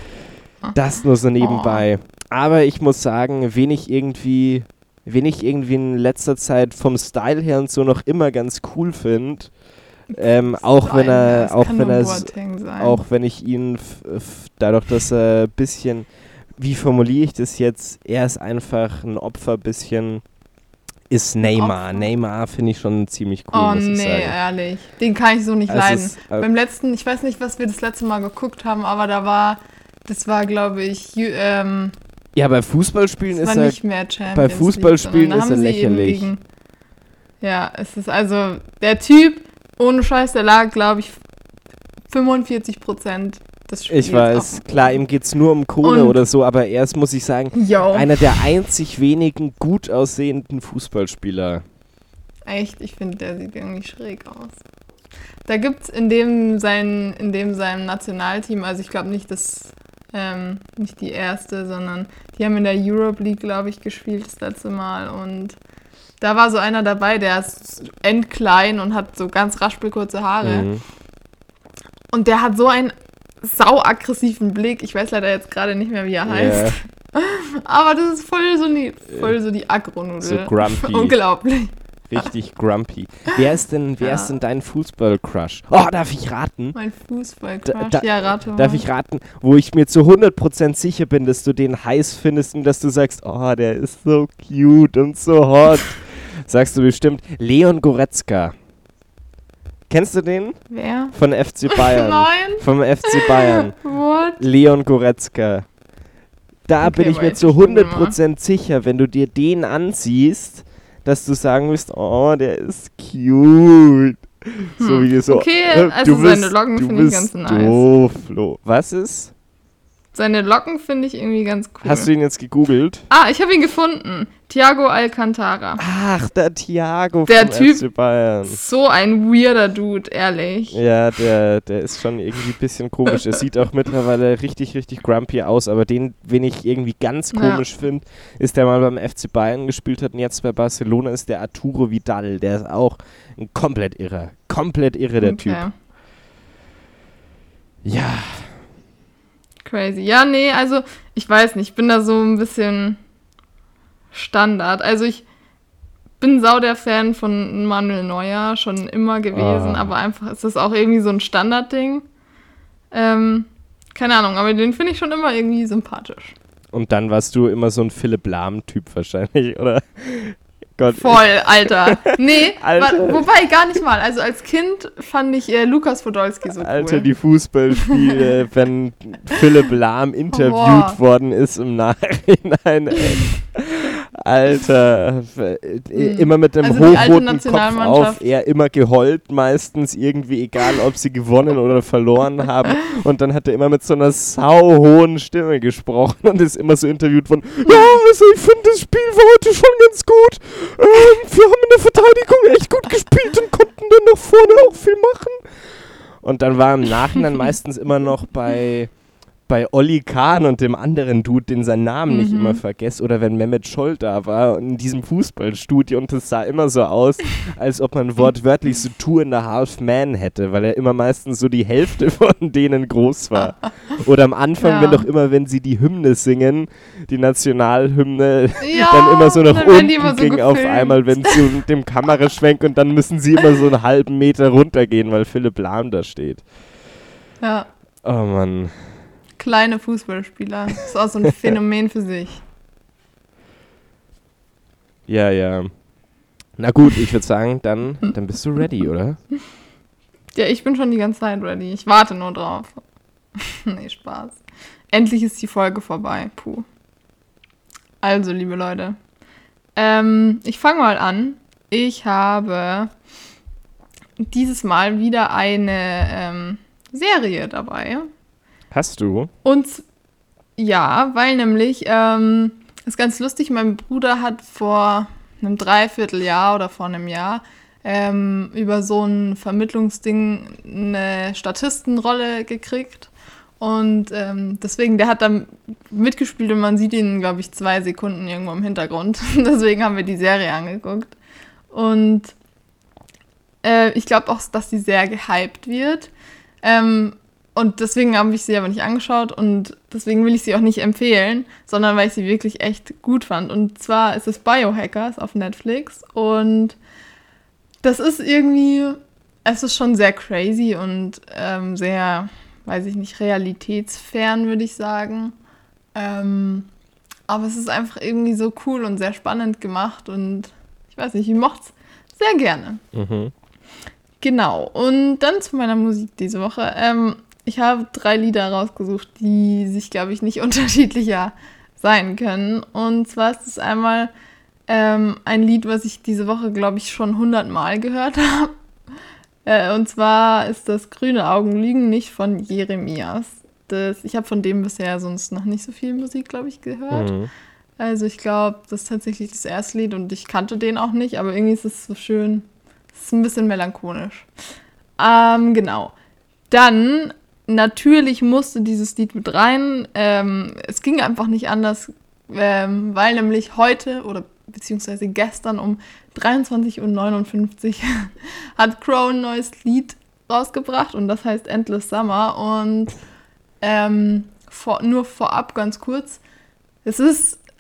B: Das nur so nebenbei. Oh. Aber ich muss sagen, wen ich irgendwie... wen ich irgendwie in letzter Zeit vom Style her und so noch immer ganz cool finde, ähm, auch wenn er, auch wenn er, auch wenn ich ihn, f- f- dadurch, dass er ein bisschen, wie formuliere ich das jetzt, er ist einfach ein Opfer, bisschen, ist Neymar. Opfer. Neymar finde ich schon ziemlich cool,
C: oh,
B: muss ich
C: nee,
B: sagen.
C: ehrlich. Den kann ich so nicht
B: also
C: leiden.
B: es, äh,
C: Beim letzten, ich weiß nicht, was wir das letzte Mal geguckt haben, aber da war, das war, glaube ich, ähm,
B: ja, bei Fußballspielen ist
C: er
B: er,
C: nicht mehr Champions
B: bei Fußballspielen
C: League,
B: ist er lächerlich.
C: Gegen, ja, es ist also, der Typ, ohne Scheiß, der lag, glaube ich, fünfundvierzig Prozent des Spiels.
B: Ich weiß, klar, ihm geht es nur um Kohle und oder so, aber er ist, muss ich sagen, yo. einer der einzig wenigen gut aussehenden Fußballspieler.
C: Echt? Ich finde, der sieht irgendwie schräg aus. Da gibt es in dem sein, in dem seinem Nationalteam, also ich glaube nicht das... Ähm, nicht die erste, sondern die haben in der Europe League, glaube ich, gespielt das letzte Mal und da war so einer dabei, der ist endklein und hat so ganz raspelkurze Haare mhm. und der hat so einen sauaggressiven Blick, ich weiß leider jetzt gerade nicht mehr, wie er heißt, yeah. aber das ist voll so, die, voll so die Agro-Nudel.
B: So grumpy.
C: Unglaublich.
B: Richtig grumpy. Wer ist denn, wer
C: Ja.
B: ist denn dein Fußball-Crush? Oh, darf ich raten?
C: Mein Fußball-Crush.
B: Da- da-
C: Ja, rate mal.
B: Darf ich raten, wo ich mir zu hundert Prozent sicher bin, dass du den heiß findest und dass du sagst, oh, der ist so cute und so hot. Sagst du bestimmt Leon Goretzka. Kennst du den?
C: Wer?
B: Von F C Bayern.
C: Nein.
B: Vom F C Bayern.
C: What?
B: Leon Goretzka. Da
C: Okay,
B: bin ich
C: aber
B: mir
C: jetzt
B: zu
C: bestimmt
B: hundert Prozent sicher, wenn du dir den ansiehst, dass du sagen wirst, oh, der ist cute. So wie so.
C: Okay,
B: äh,
C: also
B: du
C: seine
B: bist-
C: Locken
B: du
C: finde ich
B: bist
C: ganz nice.
B: doof, Flo. Was ist?
C: Seine Locken finde ich irgendwie ganz cool.
B: Hast du ihn jetzt gegoogelt?
C: Ah, ich habe ihn gefunden. Thiago Alcantara.
B: Ach, der Thiago
C: Der
B: vom
C: Typ-
B: F C Bayern.
C: So ein weirder Dude, ehrlich.
B: Ja, der, der ist schon irgendwie ein bisschen komisch. Er sieht auch mittlerweile richtig, richtig grumpy aus. Aber den, wen ich irgendwie ganz
C: Ja.
B: komisch finde, ist, der mal beim F C Bayern gespielt hat und jetzt bei Barcelona ist der Arturo Vidal. Der ist auch ein komplett irrer. Komplett irre, der Typ.
C: Okay.
B: Ja,
C: Crazy. Ja, nee, also ich weiß nicht, ich bin da so ein bisschen Standard. Also ich bin sau der Fan von Manuel Neuer, schon immer gewesen,
B: Ah.
C: aber einfach ist das auch irgendwie so ein Standardding. Ähm, keine Ahnung, aber den finde ich schon immer irgendwie sympathisch.
B: und dann warst du immer so ein Philipp Lahm-Typ wahrscheinlich, oder? Gott.
C: Voll, Alter. Nee,
B: Alter.
C: wa- wobei gar nicht mal. Also als Kind fand ich äh, Lukas Podolski so
B: Alter,
C: cool.
B: die Fußballspiele, wenn Philipp Lahm interviewt
C: Boah.
B: worden ist im Nachhinein. Ey. Alter, äh, immer mit dem
C: Also die alte
B: hochroten Kopf auf,
C: Nationalmannschaft.
B: er immer geheult meistens, irgendwie egal, ob sie gewonnen oder verloren haben. Und dann hat er immer mit so einer sauhohen Stimme gesprochen und ist immer so interviewt worden, ja, also ich finde, das Spiel war heute schon ganz gut. Ähm, wir haben in der Verteidigung echt gut gespielt und konnten dann nach vorne auch viel machen. Und dann war im Nachhinein meistens immer noch bei, bei Olli Kahn und dem anderen Dude, den seinen Namen nicht
C: Mhm.
B: immer vergesse, oder wenn Mehmet Scholl da war in diesem Fußballstudio und das sah immer so aus, als ob man wortwörtlich so Two and a Half Man hätte, weil er immer meistens so die Hälfte von denen groß war. Oder am Anfang,
C: Ja.
B: wenn doch immer, wenn sie die Hymne singen, die Nationalhymne,
C: Ja,
B: dann immer so nach
C: dann werden
B: unten
C: die immer so
B: ging auf
C: gefilmt.
B: einmal, wenn sie mit dem Kameraschwenk und dann müssen sie immer so einen halben Meter runtergehen, weil Philipp Lahm da steht.
C: Ja,
B: Oh Mann.
C: kleine Fußballspieler. Das ist auch so ein Phänomen für sich.
B: Ja, ja. Na gut, ich würde sagen, dann, dann bist du ready, oder?
C: Ja, ich bin schon die ganze Zeit ready. Ich warte nur drauf. Nee, Spaß. Endlich ist die Folge vorbei. Puh. Also, liebe Leute. Ähm, ich fange mal an. Ich habe dieses Mal wieder eine ähm, Serie dabei.
B: Hast du?
C: Und z- ja, weil nämlich, ähm, ist ganz lustig, mein Bruder hat vor einem Dreivierteljahr oder vor einem Jahr ähm, über so ein Vermittlungsding eine Statistenrolle gekriegt. Und ähm, deswegen, der hat dann mitgespielt und man sieht ihn, glaube ich, zwei Sekunden irgendwo im Hintergrund. Deswegen haben wir die Serie angeguckt. Und äh, ich glaube auch, dass die sehr gehypt wird. Ähm, und deswegen habe ich sie aber nicht angeschaut und deswegen will ich sie auch nicht empfehlen, sondern weil ich sie wirklich echt gut fand. Und zwar ist es Biohackers auf Netflix und das ist irgendwie, es ist schon sehr crazy und ähm, sehr, weiß ich nicht, realitätsfern, würde ich sagen. Ähm, aber es ist einfach irgendwie so cool und sehr spannend gemacht und ich weiß nicht, ich mochte es sehr gerne.
B: Mhm.
C: Genau, und dann zu meiner Musik diese Woche. Ähm, ich habe drei Lieder rausgesucht, die sich, glaube ich, nicht unterschiedlicher sein können. Und zwar ist es einmal ähm, ein Lied, was ich diese Woche, glaube ich, schon hundertmal gehört habe. Äh, und zwar ist das Grüne Augen lügen nicht von Jeremias. Das, ich habe von dem bisher sonst noch nicht so viel Musik, glaube ich, gehört.
B: Mhm.
C: Also ich glaube, das ist tatsächlich das erste Lied und ich kannte den auch nicht, aber irgendwie ist es so schön. Es ist ein bisschen melancholisch. Ähm, genau. Dann, natürlich musste dieses Lied mit rein. Ähm, es ging einfach nicht anders, ähm, weil nämlich heute oder beziehungsweise gestern um dreiundzwanzig Uhr neunundfünfzig hat Crow ein neues Lied rausgebracht und das heißt Endless Summer. Und ähm, vor, nur vorab ganz kurz, es ist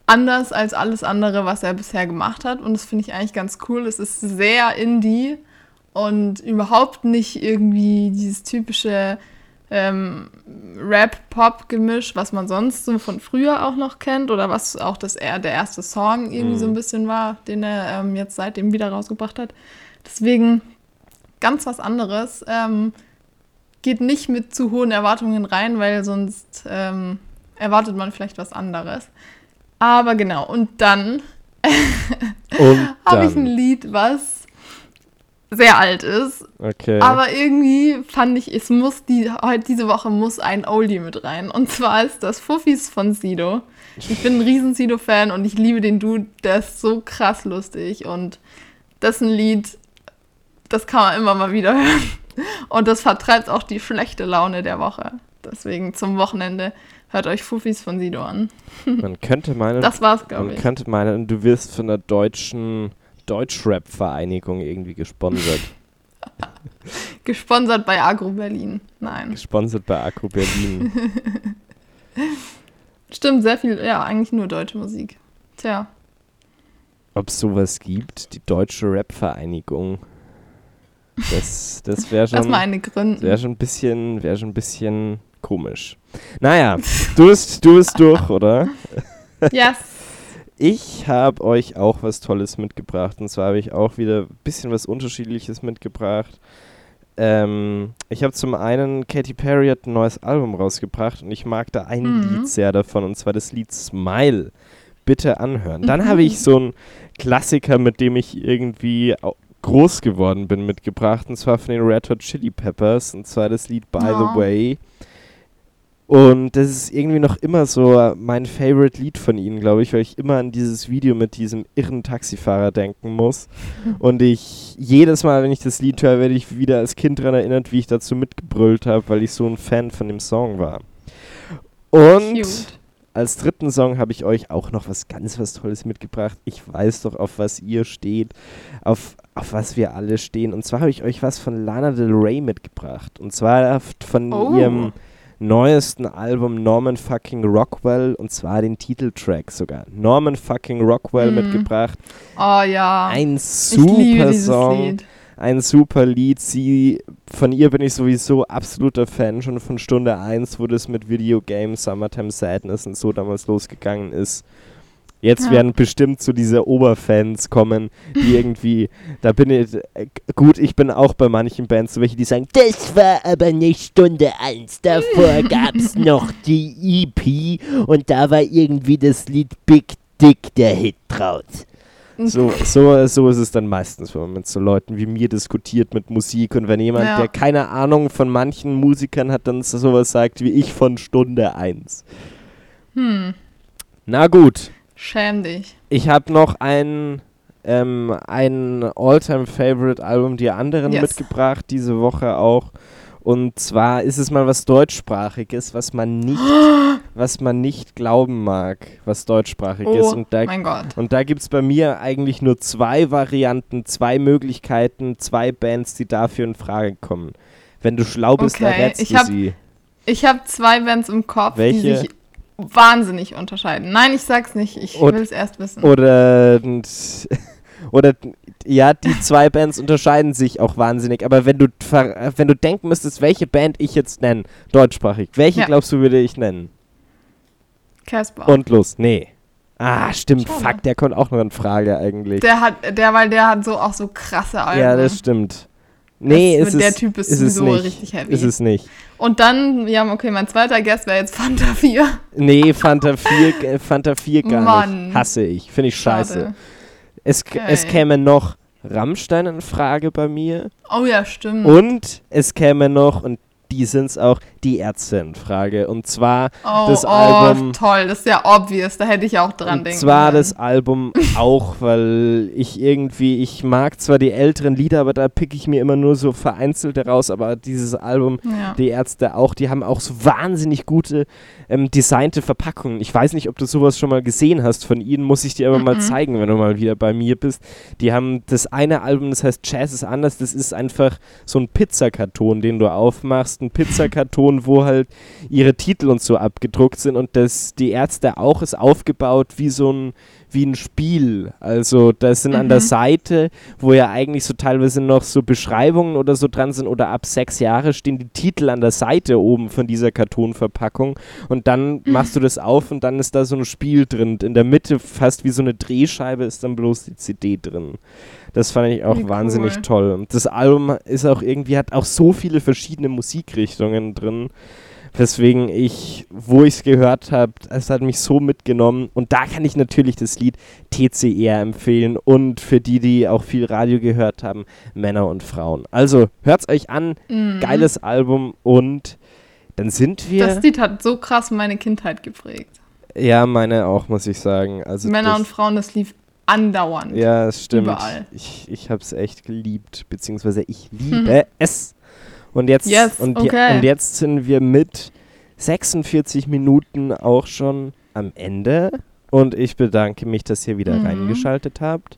C: anders als alles andere, was er bisher gemacht hat. Und das finde ich eigentlich ganz cool. Es ist sehr Indie und überhaupt nicht irgendwie dieses typische ähm, Rap-Pop-Gemisch, was man sonst so von früher auch noch kennt oder was auch das eher der erste Song irgendwie mm. so ein bisschen war, den er ähm, jetzt seitdem wieder rausgebracht hat. Deswegen ganz was anderes. Ähm, geht nicht mit zu hohen Erwartungen rein, weil sonst ähm, erwartet man vielleicht was anderes. Aber genau, und dann habe ich ein Lied, was sehr alt ist.
B: Okay.
C: Aber irgendwie fand ich, es muss die, heute diese Woche muss ein Oldie mit rein. Und zwar ist das Fuffis von Sido. Ich bin ein riesen Sido-Fan und ich liebe den Dude, der ist so krass lustig. Und das ist ein Lied, das kann man immer mal wieder hören. Und das vertreibt auch die schlechte Laune der Woche. Deswegen zum Wochenende hört euch Fuffis von Sido an.
B: Man könnte meinen,
C: das war's, glaube ich.
B: Man könnte meinen, du wirst von der deutschen Deutschrap-Vereinigung irgendwie gesponsert.
C: Gesponsert bei Agro Berlin. Nein.
B: Gesponsert bei Agro Berlin.
C: Stimmt, sehr viel, ja, eigentlich nur deutsche Musik. Tja.
B: Ob es sowas gibt, die Deutsche Rap-Vereinigung. Das, das wäre schon,
C: Lass mal eine gründen.
B: Wäre schon ein bisschen, wäre schon ein bisschen komisch. Naja, du bist, du bist durch, oder?
C: Yes.
B: Ich habe euch auch was Tolles mitgebracht. Und zwar habe ich auch wieder ein bisschen was Unterschiedliches mitgebracht. Ähm, ich habe zum einen, Katy Perry hat ein neues Album rausgebracht und ich mag da ein mhm. Lied sehr davon, und zwar das Lied Smile. Bitte anhören. Dann mhm. habe ich so einen Klassiker, mit dem ich irgendwie groß geworden bin, mitgebracht, und zwar von den Red Hot Chili Peppers, und zwar das Lied By
C: oh.
B: the Way. Und das ist irgendwie noch immer so mein Favorite-Lied von ihnen, glaube ich, weil ich immer an dieses Video mit diesem irren Taxifahrer denken muss. Und ich, jedes Mal, wenn ich das Lied höre, werde ich wieder als Kind daran erinnert, wie ich dazu mitgebrüllt habe, weil ich so ein Fan von dem Song war. Und Cute. Als dritten Song habe ich euch auch noch was ganz was Tolles mitgebracht. Ich weiß doch, auf was ihr steht, auf, auf was wir alle stehen. Und zwar habe ich euch was von Lana Del Rey mitgebracht. Und zwar von oh. ihrem neuesten Album Norman fucking Rockwell, und zwar den Titeltrack sogar. Norman fucking Rockwell mm. mitgebracht.
C: Oh ja.
B: Ein super Song. Lied. Ein super Lied. Sie, von ihr bin ich sowieso absoluter Fan, schon von Stunde eins, wo das mit Videogames, Summertime Sadness und so damals losgegangen ist. Jetzt ja. werden bestimmt so diese Oberfans kommen, die irgendwie, da bin ich, äh, gut, ich bin auch bei manchen Bands so welche, die sagen, das war aber nicht Stunde eins, davor gab's noch die E P und da war irgendwie das Lied Big Dick der Hit draus. So, so, so ist es dann meistens, wenn man mit so Leuten wie mir diskutiert mit Musik, und wenn jemand, ja. der keine Ahnung von manchen Musikern hat, dann sowas sagt wie ich von Stunde eins.
C: Hm.
B: Na gut.
C: Schäm dich.
B: Ich habe noch ein, ähm, ein All-Time-Favorite-Album der anderen yes. mitgebracht, diese Woche auch. Und zwar ist es mal was Deutschsprachiges, was man nicht, was man nicht glauben mag, was deutschsprachig
C: oh,
B: ist. Und da,
C: mein Gott.
B: Und da gibt es bei mir eigentlich nur zwei Varianten, zwei Möglichkeiten, zwei Bands, die dafür in Frage kommen. Wenn du schlau bist,
C: okay.
B: errätst
C: ich
B: du
C: hab,
B: sie.
C: Ich habe zwei Bands im Kopf,
B: Welche?
C: die sich wahnsinnig unterscheiden. Nein, ich sag's nicht. Ich will es erst wissen.
B: Oder, oder, ja, die zwei Bands unterscheiden sich auch wahnsinnig. Aber wenn du, wenn du denken müsstest, welche Band ich jetzt nenne, deutschsprachig, welche ja. glaubst du, würde ich nennen?
C: Casper.
B: Und los, nee. Ah, stimmt,
C: Schade.
B: Fuck, der kommt auch noch in Frage eigentlich.
C: Der hat, der, weil der hat so auch so krasse Alben.
B: Ja, das stimmt. Nee,
C: das,
B: ist
C: der
B: es,
C: Typ ist,
B: ist
C: sowieso
B: es nicht.
C: richtig heavy.
B: Ist es nicht.
C: Und dann, ja, okay, mein zweiter Guest wäre jetzt Fanta vier.
B: Nee, Fanta vier, Fanta vier gar
C: Mann.
B: nicht. Hasse ich. Finde ich
C: Schade.
B: scheiße. Es,
C: okay.
B: es käme noch Rammstein in Frage bei mir.
C: Oh ja, stimmt.
B: Und es käme noch, und die sind es auch, die Ärzte in Frage. Und zwar
C: oh,
B: das
C: oh,
B: Album...
C: toll, das ist ja obvious, da hätte ich auch dran
B: und
C: denken
B: zwar
C: können.
B: das Album auch, weil ich irgendwie, ich mag zwar die älteren Lieder, aber da pick ich mir immer nur so vereinzelte raus, aber dieses Album,
C: ja.
B: die Ärzte auch, die haben auch so wahnsinnig gute ähm, designte Verpackungen. Ich weiß nicht, ob du sowas schon mal gesehen hast von ihnen, muss ich dir aber mm-mm. mal zeigen, wenn du mal wieder bei mir bist. Die haben das eine Album, das heißt Jazz ist anders, das ist einfach so ein Pizzakarton, den du aufmachst, ein Pizzakarton und wo halt ihre Titel und so abgedruckt sind und das, die Ärzte auch, ist aufgebaut wie so ein, wie ein Spiel. Also da sind mhm. an der Seite, wo ja eigentlich so teilweise noch so Beschreibungen oder so dran sind oder ab sechs Jahre stehen die Titel an der Seite oben von dieser Kartonverpackung und dann machst du das auf und dann ist da so ein Spiel drin. In der Mitte fast wie so eine Drehscheibe ist dann bloß die C D drin. Das fand ich auch wie wahnsinnig cool. toll. Und das Album ist auch irgendwie, hat auch so viele verschiedene Musikrichtungen drin, weswegen ich, wo ich es gehört habe, es hat mich so mitgenommen. Und da kann ich natürlich das Lied T C R empfehlen und für die, die auch viel Radio gehört haben, Männer und Frauen. Also hört's euch an, mhm. geiles Album und dann sind wir...
C: Das Lied hat so krass meine Kindheit geprägt.
B: Ja, meine auch, muss ich sagen. Also
C: Männer das, und Frauen, das lief andauernd.
B: Ja, es stimmt.
C: Überall.
B: Ich, ich habe es echt geliebt, beziehungsweise ich liebe mhm. es. Und jetzt,
C: yes,
B: und,
C: okay.
B: je, und jetzt sind wir mit sechsundvierzig Minuten auch schon am Ende. Und ich bedanke mich, dass ihr wieder mhm. reingeschaltet habt.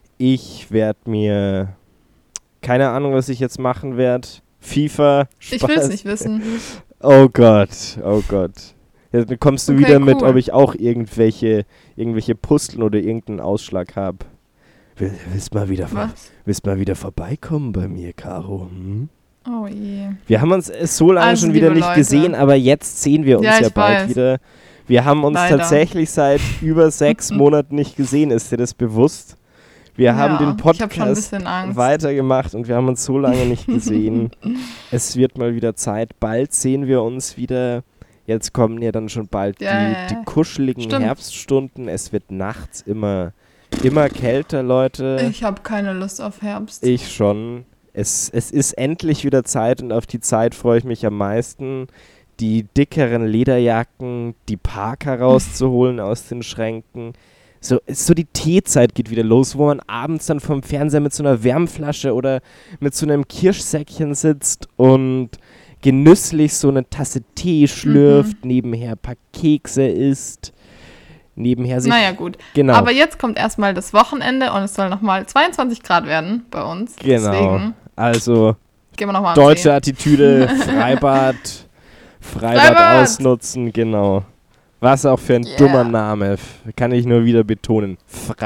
B: Ich werde mir, keine Ahnung, was ich jetzt machen werde. FIFA, Spaß.
C: Ich will es nicht wissen.
B: Oh Gott, oh Gott. Jetzt kommst du
C: okay,
B: wieder
C: cool.
B: mit, ob ich auch irgendwelche, irgendwelche Pusteln oder irgendeinen Ausschlag habe. Will, willst mal wieder, vor, willst mal wieder vorbeikommen bei mir, Caro? Hm?
C: Oh je.
B: Wir haben uns so lange also, schon wieder nicht Leute. gesehen, aber jetzt sehen wir uns ja, ja bald weiß. wieder. Wir haben uns Leider. tatsächlich seit über sechs Monaten nicht gesehen. Ist dir das bewusst? Wir ja, haben den Podcast weitergemacht und wir haben uns so lange nicht gesehen. Es wird mal wieder Zeit. Bald sehen wir uns wieder. Jetzt kommen ja dann schon bald
C: ja,
B: die,
C: ja, ja.
B: die kuscheligen
C: Stimmt.
B: Herbststunden. Es wird nachts immer, immer kälter, Leute.
C: Ich habe keine Lust auf Herbst.
B: Ich schon. Es, es ist endlich wieder Zeit und auf die Zeit freue ich mich am meisten. Die dickeren Lederjacken, die Parker rauszuholen aus den Schränken. So, so die Teezeit geht wieder los, wo man abends dann vom Fernseher mit so einer Wärmflasche oder mit so einem Kirschsäckchen sitzt und genüsslich so eine Tasse Tee schlürft, mhm. nebenher ein paar Kekse isst, nebenher sich...
C: Naja, gut.
B: Genau.
C: Aber jetzt kommt erstmal das Wochenende und es soll nochmal zweiundzwanzig Grad werden bei uns.
B: Genau.
C: Deswegen
B: also
C: gehen wir noch mal
B: deutsche Attitüde, Freibad, Freibad, Freibad ausnutzen, genau. Was auch für ein yeah. dummer Name, kann ich nur wieder betonen.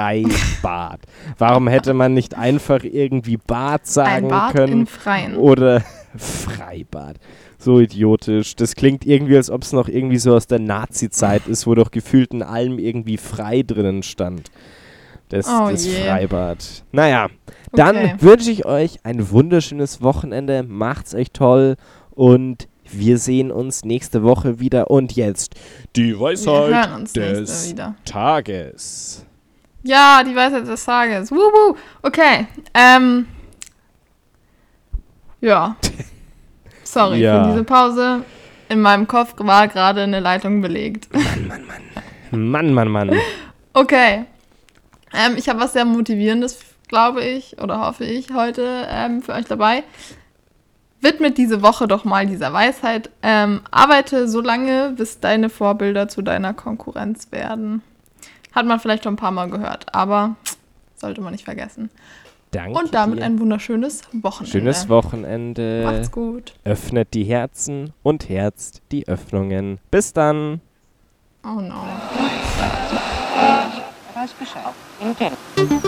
B: Freibad. Warum hätte man nicht einfach irgendwie Bad sagen
C: ein Bad
B: können?
C: Im Freien.
B: Oder Freibad. So idiotisch. Das klingt irgendwie, als ob es noch irgendwie so aus der Nazi-Zeit ist, wo doch gefühlt in allem irgendwie frei drinnen stand. Das,
C: oh
B: das
C: je.
B: Freibad. Naja, dann
C: okay.
B: wünsche ich euch ein wunderschönes Wochenende. Macht's euch toll und wir sehen uns nächste Woche wieder. Und jetzt die Weisheit des Tages.
C: Ja, die Weisheit des Tages. Wuhu. Okay. Ähm. Ja. Sorry
B: ja.
C: für diese Pause. In meinem Kopf war gerade eine Leitung belegt.
B: Mann, Mann, Mann. Mann, Mann, Mann.
C: Okay. Ähm, ich habe was sehr Motivierendes, glaube ich, oder hoffe ich, heute ähm, für euch dabei. Widmet diese Woche doch mal dieser Weisheit. Ähm, arbeite so lange, bis deine Vorbilder zu deiner Konkurrenz werden. Hat man vielleicht schon ein paar Mal gehört, aber sollte man nicht vergessen.
B: Danke
C: Und damit
B: dir.
C: ein wunderschönes Wochenende.
B: Schönes Wochenende.
C: Macht's gut.
B: Öffnet die Herzen und herzt die Öffnungen. Bis dann.
C: Oh no.
A: Weiß Bescheid.